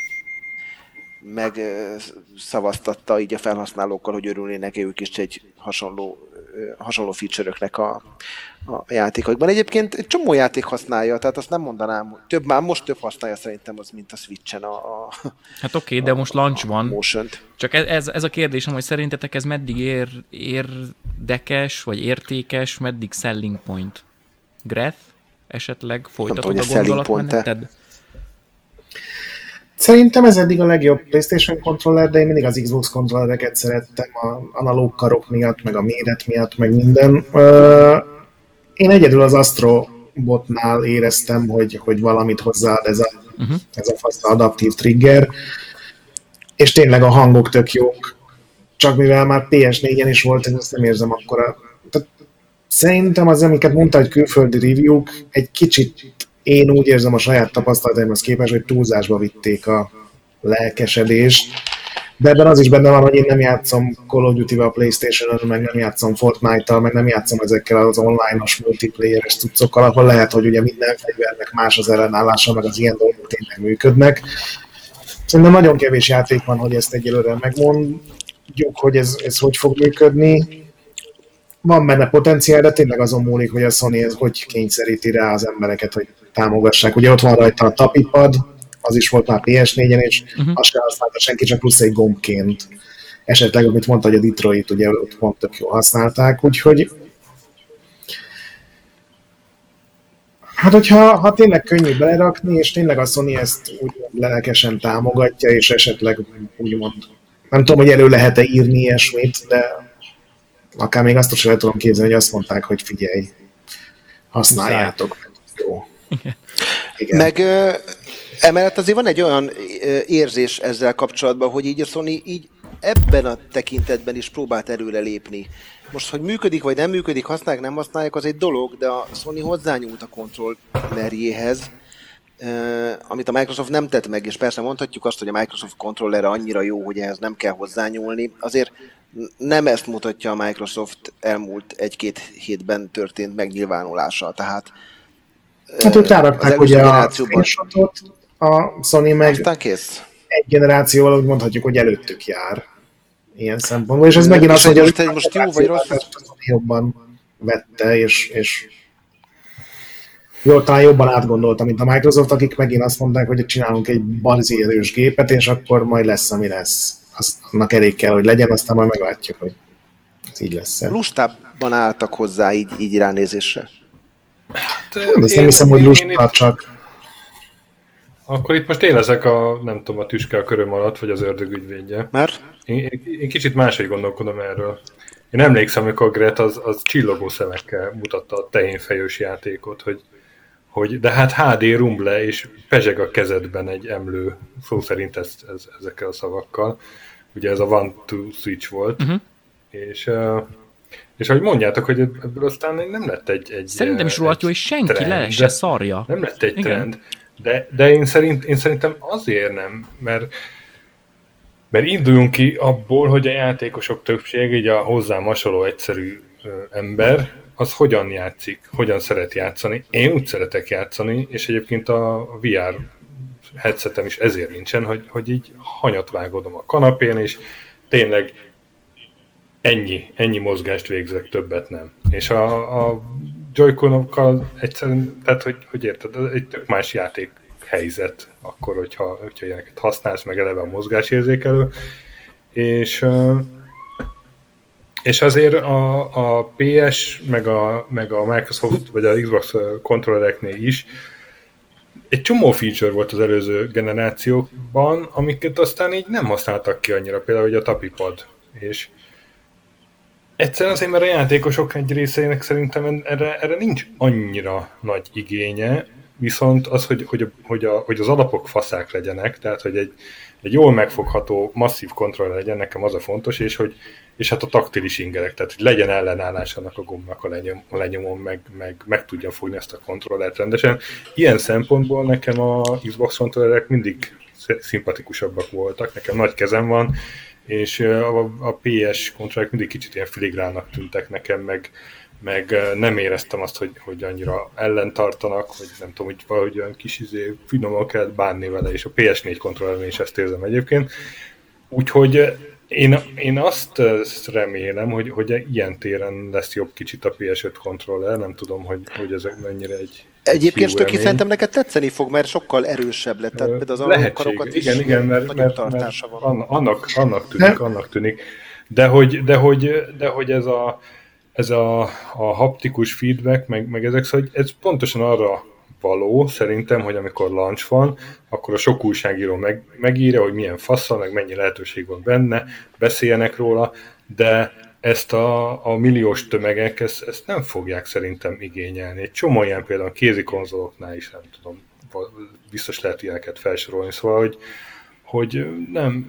megszavaztatta így a felhasználókkal, hogy örülnének ők is egy hasonló feature-öknek a játékokban. Egyébként egy csomó játék használja, tehát azt nem mondanám, most több használja szerintem az, mint a Switchen Hát oké, de most launch van. Motion-t. Csak ez a kérdésem, hogy szerintetek ez meddig érdekes, vagy értékes, meddig selling point? Greth? Esetleg folytatod a gondolatmeneted? Szerintem ez eddig a legjobb PlayStation kontroller, de én mindig az Xbox kontrollereket szerettem a analóg karok miatt, meg a méret miatt, meg minden. Én egyedül az Astrobotnál éreztem, hogy valamit hozzáad ez a fajta adaptív trigger, és tényleg a hangok tök jók, csak mivel már PS4-en is volt, ezt nem érzem akkora. Tehát szerintem az, amiket mondta, hogy külföldi review-k, egy kicsit én úgy érzem a saját tapasztalataimhoz képest, hogy túlzásba vitték a lelkesedést, de ebben az is benne van, hogy én nem játszom Call of Duty-vel a PlayStation-on, meg nem játszom Fortnite-tal, meg nem játszom ezekkel az online-os multiplayeres cuccokkal, ahol lehet, hogy ugye minden fegyvernek más az ellenállása, meg az ilyen dolgok tényleg működnek. Szerintem nagyon kevés játék van, hogy ezt egyelőre megmondjuk, hogy ez hogy fog működni. Van benne potenciál, de tényleg azon múlik, hogy a Sony ez hogy kényszeríti rá az embereket, hogy támogassák. Ugye ott van rajta a tapipad, az is volt már PS4-en, és azt sem használta senki, csak plusz egy gombként. Esetleg, amit mondta, hogy a Detroit, ugye ott pont tök jól használták, úgyhogy hát, hogyha tényleg könnyű belerakni, és tényleg a Sony ezt úgy lelkesen támogatja, és esetleg úgymond, nem tudom, hogy elő lehet-e írni ilyesmit, de akár még azt is el tudom képzelni, hogy azt mondták, hogy figyelj, használjátok. Jó. Igen. Meg emellett azért van egy olyan érzés ezzel kapcsolatban, hogy így a Sony így ebben a tekintetben is próbált előre lépni. Most, hogy működik vagy nem működik, használják, nem használják, az egy dolog, de a Sony hozzányúlt a kontrollerjéhez, amit a Microsoft nem tett meg, és persze mondhatjuk azt, hogy a Microsoft kontrollere annyira jó, hogy ehhez nem kell hozzányúlni. Azért nem ezt mutatja a Microsoft elmúlt 1-2 hétben történt megnyilvánulása. Tehát hát ők rárakták ugye a screenshotot, a Sony meg aztán kész. Egy generációval úgy mondhatjuk, hogy előttük jár ilyen szempontból, és ez megint az, hogy most jó vagy rossz? Jobban vette, és talán jobban átgondolta, mint a Microsoft, akik megint azt mondták, hogy csinálunk egy bazi erős gépet, és akkor majd lesz, ami lesz. Annak elég kell, hogy legyen, aztán majd meglátjuk, hogy ez így lesz. Lustábban álltak hozzá így ránézésre. Hát, ezt nem hiszem, hogy lusta csak. Akkor itt most én leszek nem tudom, a tüske a köröm alatt, vagy az ördög ügyvédje. Mert? Én kicsit máshogy gondolkodom erről. Én emlékszem, amikor Gret az csillogó szemekkel mutatta a tehénfejős játékot, hogy de hát HD rumble és pezseg a kezedben egy emlő, szó szerint ezekkel a szavakkal. ugye ez a one-two switch volt, és ahogy mondjátok, hogy ebből aztán nem lett egy szerintem is rohadt jó, és senki trend, le se szarja. Nem lett egy trend, de én szerintem azért nem, mert induljunk ki abból, hogy a játékosok többség, így a hozzám hasonló egyszerű ember, az hogyan játszik, hogyan szeret játszani. Én úgy szeretek játszani, és egyébként a VR headsetem is ezért nincsen, hogy így hanyat vágodom a kanapén, és tényleg ennyi mozgást végzek, többet nem. És a Joy-Con-okkal egyszerűen, tehát hogy érted, egy tök más játék helyzet akkor, hogyha ilyeneket használsz, meg eleve a mozgásérzékelő. És azért a PS, meg a Microsoft, vagy a Xbox kontrollereknél is egy csomó feature volt az előző generációkban, amiket aztán így nem használtak ki annyira, például a tapipad. És egyszerűen azért, mert a játékosok egy részének szerintem erre nincs annyira nagy igénye, viszont az, hogy az alapok faszák legyenek, tehát hogy egy jól megfogható, masszív kontroller legyen, nekem az a fontos, és hát a taktilis ingerek, tehát hogy legyen ellenállás annak a gombnak a lenyomon, meg tudja fogni ezt a kontrollert rendesen. Ilyen szempontból nekem a Xbox kontrollerek mindig szimpatikusabbak voltak, nekem nagy kezem van, és a PS kontrollerek mindig kicsit ilyen filigrának tűntek nekem, meg nem éreztem azt, hogy annyira ellentartanak, vagy nem tudom, hogy valahogy olyan kis finoman kellett bánni vele, és a PS4 kontrollerben is ezt érzem egyébként. Úgyhogy én azt remélem, hogy ilyen téren lesz jobb kicsit a PS5 kontroller, nem tudom, hogy ez mennyire egy egyébként Stöki, szerintem neked tetszeni fog, mert sokkal erősebb lett, tehát például az alapkarokat is igen, mert tartása van. Annak tűnik, de hogy ez a haptikus feedback, meg ezek, szóval ez pontosan arra való, szerintem, hogy amikor launch van, akkor a sok újságíró megírja, hogy milyen faszal, meg mennyi lehetőség van benne, beszéljenek róla, de ezt a milliós tömegek ezt nem fogják szerintem igényelni. Egy csomó ilyen például kézi konzoloknál is, nem tudom, biztos lehet ilyeneket felsorolni, szóval, hogy nem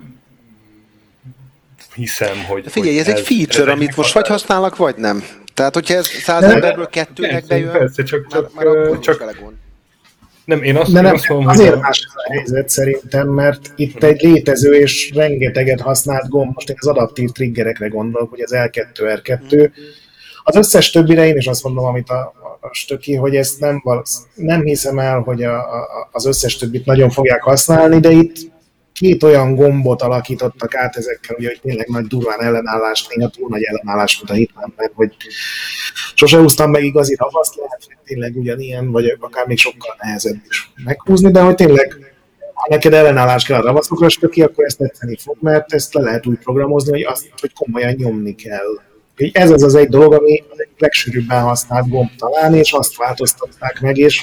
hiszem, hogy... De figyelj, ez egy feature, amit most vagy használnak, vagy nem. Tehát, hogyha ez 100 emberből 2-nek bejön, persze, már akkor nincs vele gond. Nem, én azt mondom, azért más a helyzet szerintem, mert itt egy létező és rengeteget használt gomb, most én az adaptív triggerekre gondolok, hogy az L2, R2, az összes többire én is azt mondom, amit a Stöki, hogy ezt nem hiszem el, hogy az összes többit nagyon fogják használni, de itt 2 olyan gombot alakítottak át ezekkel, ugye, hogy tényleg nagy durván ellenállás, néha túl nagy ellenállás, mint a Hitmanben, hogy sose húztam meg igazi ravaszt, lehet, hogy tényleg ugyanilyen, vagy akár még sokkal nehezebb is meghúzni, de hogy tényleg, ha neked ellenállás kell a ravaszokra, Stöki, akkor ezt tetszeni fog, mert ezt le lehet úgy programozni, hogy komolyan nyomni kell. Ez az egy dolog, ami az egyik legsűrűbben használt gomb talán, és azt változtatták meg, és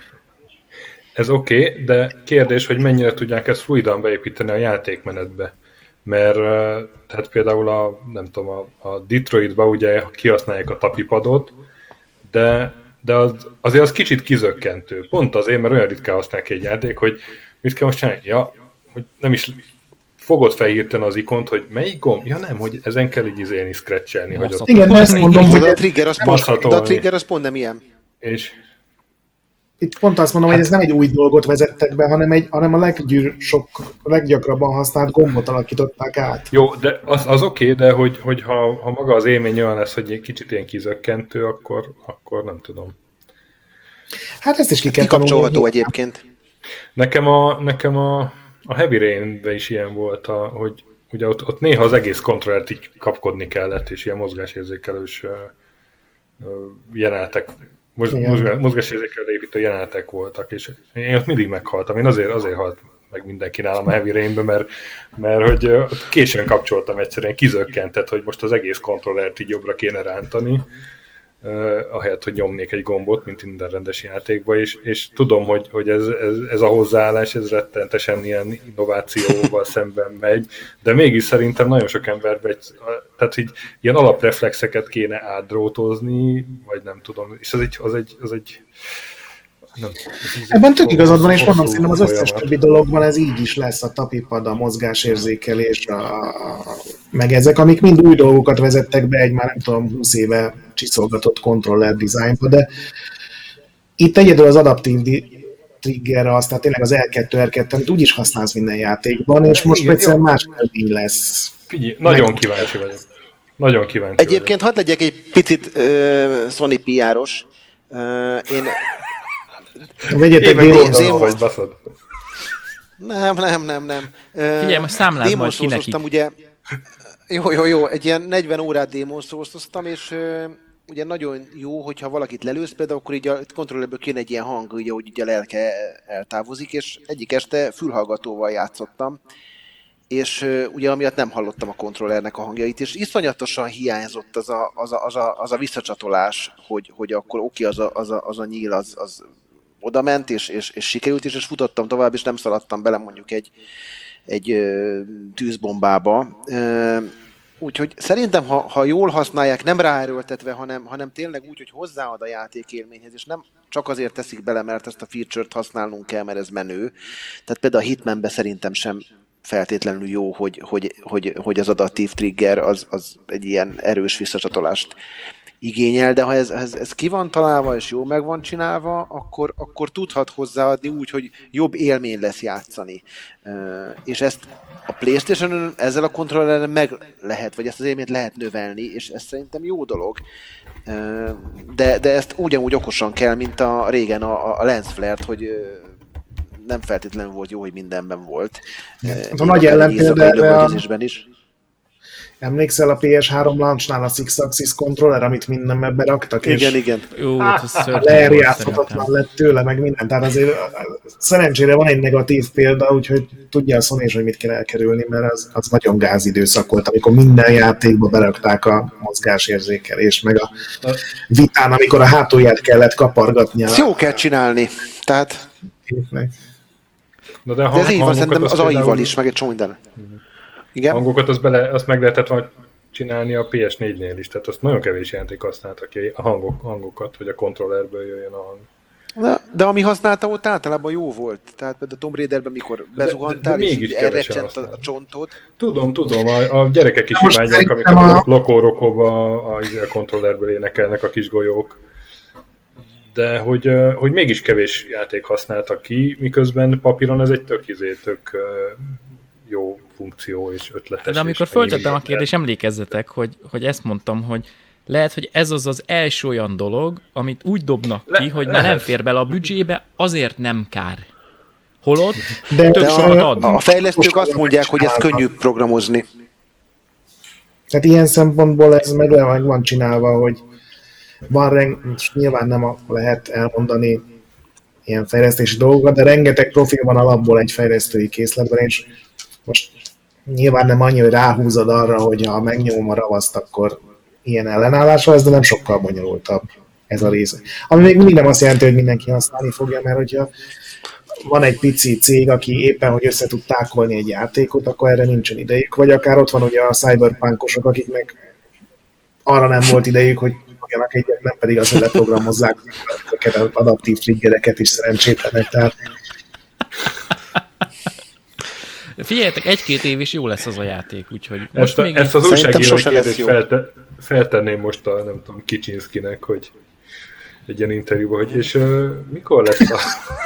ez oké, de kérdés, hogy mennyire tudják ezt fluidan beépíteni a játékmenetbe. Mert tehát például a Detroitba ugye kihasználják a tapipadot, de azért az kicsit kizökkentő. Pont azért, mert olyan ritkán használják egy játék, hogy mit kell most csinálni? Ja, hogy nem is fogod fel hirtelen az ikont, hogy melyik gomb? Ja nem, hogy ezen kell így izélni, scratchelni. Hogy ott igen, ezt mondom, hogy a trigger az pont nem ilyen. És itt pont azt mondom, hogy ez nem egy új dolgot vezettek be, hanem a leggyakrabban használt gombot alakították át. Jó, de az oké, de hogy ha maga az élmény olyan lesz, hogy egy kicsit ilyen kizökkentő, akkor nem tudom. Hát ezt is ki kell kikapcsolható egyébként. Nekem a Heavy Rain-ben is ilyen volt, hogy ugye ott néha az egész kontrollert így kapkodni kellett, és ilyen mozgásérzékelős jelenetek, mozgásérzékelőre építő jelenetek voltak, és én ott mindig meghaltam. Én azért halt meg mindenki nálam a Heavy Rainbe, mert hogy későn kapcsoltam egyszerűen, kizökkentett, hogy most az egész kontrollert így jobbra kéne rántani, ahelyett, hogy nyomnék egy gombot, mint minden rendes játékban, és tudom, hogy ez a hozzáállás, ez rettentesen ilyen innovációval szemben megy, de mégis szerintem nagyon sok emberben, tehát így ilyen alapreflexeket kéne átdrótozni, vagy nem tudom, és az egy Ebben tök igazad van, és mondom, szerintem az összes többi dologban ez így is lesz, a tapipad, a mozgásérzékelés, meg ezek, amik mind új dolgokat vezettek be egy már nem tudom 20 éve csiszolgatott controller dizájnba, de itt egyedül az adaptív triggerre az, tehát tényleg az L2, R2, amit úgyis használsz minden játékban, és most egyszerűen más élmény lesz. Figyelj, nagyon kíváncsi vagyok. Nagyon kíváncsi Egyébként hadd legyek egy picit Sony PR-os. Én... Vegyetek vagy baszod. Nem. Figyelj, most számlád majd ki neki. Ugye, jó, egy ilyen 40 órát démonszóztam, és ugye nagyon jó, hogyha valakit lelősz, például akkor így a kontrollerből kijön egy ilyen hang, ugye, hogy így a lelke eltávozik, és egyik este fülhallgatóval játszottam, és ugye amiatt nem hallottam a kontrollernek a hangjait, és iszonyatosan hiányzott az a visszacsatolás, hogy akkor oké, az a nyíl az oda ment, és sikerült, és futottam tovább, és nem szaladtam bele mondjuk egy tűzbombába. Úgyhogy szerintem, ha jól használják, nem ráerőltetve, hanem tényleg úgy, hogy hozzáad a játékélményhez, és nem csak azért teszik bele, mert ezt a feature-t használnunk kell, mert ez menő. Tehát például a Hitmanben szerintem sem feltétlenül jó, hogy az adaptív trigger az egy ilyen erős visszacsatolást igényel, de ha ez ki van találva és jól meg van csinálva, akkor tudhat hozzáadni úgy, hogy jobb élmény lesz játszani. És ezt a PlayStation-ön ezzel a kontrollerrel meg lehet, vagy ezt az élményt lehet növelni, és ez szerintem jó dolog. De ezt ugyanúgy okosan kell, mint a régen a lens flare-t, hogy nem feltétlenül volt jó, hogy mindenben volt. A nagy ellenpélda is. Emlékszel a PS3 launchnál a Six Axis controller, amit mindenben beraktak? Igen. Jó, leerjátszhatatlan lett tőle, meg minden. Tehát azért szerencsére van egy negatív példa, úgyhogy tudja a Sony is, hogy mit kell elkerülni, mert az nagyon gázidőszak volt, amikor minden játékba berakták a mozgásérzékelést, meg a vitán, amikor a hátulját kellett kapargatni. Ezt jó kell csinálni. Tehát... De ez így van, szerintem az AI-val is, meg egy csomó minden. Igen? Hangokat azt meg lehetett volna csinálni a PS4-nél is, tehát azt nagyon kevés játék használtak ki a hangokat, hogy a kontrollerből jöjjön a hang. De ami használta ott általában jó volt. Tehát például a Tomb Raiderben, mikor bezuhantál, és így elrecsent a csontot. Tudom, a gyerekek is imádják, amikor a Loco-Rocoba a kontrollerből énekelnek a kis golyók. De hogy mégis kevés játék használtak ki, miközben papíron ez egy tök jó funkció és ötletes. De amikor föltettem a kérdést, emlékezzetek, hogy ezt mondtam, hogy lehet, hogy ez az első olyan dolog, amit úgy dobnak ki, hogy már nem fér bele a büdzsébe, azért nem kár. Holott tök sokat ad. A fejlesztők azt mondják, hogy ez könnyű programozni. Tehát ilyen szempontból ez meg van csinálva, hogy van nyilván nem lehet elmondani ilyen fejlesztési dolgokat, de rengeteg profil van alapból egy fejlesztői készletben, és most nyilván nem annyi, hogy ráhúzod arra, hogy ha megnyomom a ravaszt, akkor ilyen ellenállás lesz, de nem sokkal bonyolultabb ez a része. Ami még mindig nem azt jelenti, hogy mindenki használni fogja, mert hogyha van egy pici cég, aki éppen, hogy össze tud tákolni egy játékot, akkor erre nincsen idejük. Vagy akár ott van ugye a cyberpunkosok, akiknek arra nem volt idejük, hogy fogjanak egyet, nem pedig azt, hogy leprogramozzák az adaptív triggereket is szerencsétlenek. Tehát figyeljetek, 1-2 év is jó lesz az a játék, úgyhogy most még... Ezt az újságíró kérdést feltenném most a, nem tudom, Kicsinszkinek, hogy egy ilyen interjúban, hogy és mikor lesz a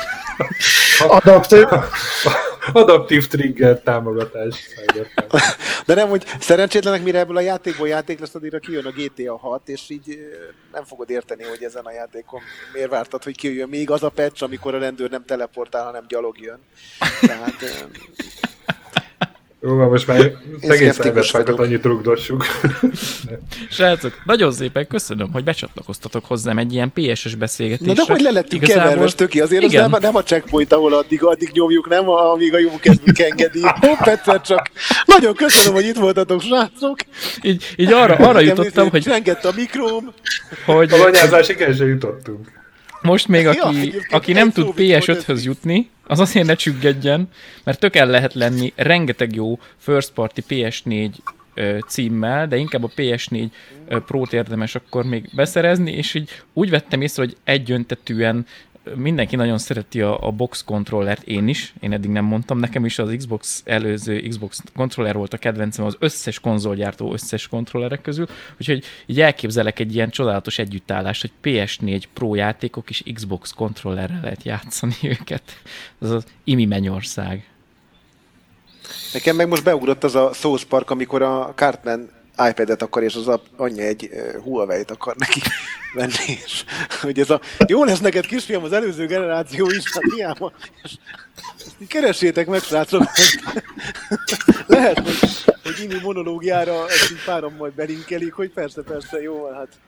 adaptív trigger támogatás? De nem, hogy szerencsétlenek, mire ebből a játékból játék lesz, addigra kijön a GTA 6, és így nem fogod érteni, hogy ezen a játékon miért vártad, hogy kijöjjön még az a patch, amikor a rendőr nem teleportál, hanem gyalog jön. Tehát... Jó, most már szegény Cyberpunkat annyit rugdossuk. Srácok, nagyon szépen köszönöm, hogy becsatlakoztatok hozzám egy ilyen PS-es beszélgetésre. Na de hogy le lettünk keverves, Töki, azért igen. Az nem a checkpoint, ahol addig nyomjuk, nem amíg a jó kedvünk engedi. Hopp, egyszer csak. Nagyon köszönöm, hogy itt voltatok, srácok. Így arra jutottam, hogy... Csengett a mikróm. Hogy a anyázásig el sem jutottunk. Most még aki nem tud PS5-höz jutni, az azért ne csüggedjen, mert tök el lehet lenni rengeteg jó first party PS4 címmel, de inkább a PS4 Pro-t érdemes akkor még beszerezni, és így úgy vettem észre, hogy egyöntetűen mindenki nagyon szereti a box kontrollert, én eddig nem mondtam, nekem is az előző Xbox kontroller volt a kedvencem az összes konzolgyártó összes kontrollerek közül, úgyhogy így elképzelek egy ilyen csodálatos együttállást, hogy PS4 Pro játékok és Xbox kontrollerrel lehet játszani őket. Ez az imi mennyország. Nekem meg most beugrott az a South Park, amikor a Cartman iPad-et akar, és az anyja egy Huawei-t akar neki venni, és hogy ez a jó lesz neked kisfiam, az előző generáció is, hát hiába, és keressétek meg, srácok, lehet, hogy inni monológiára ezt így páran majd belinkelik, hogy persze, jó van, hát.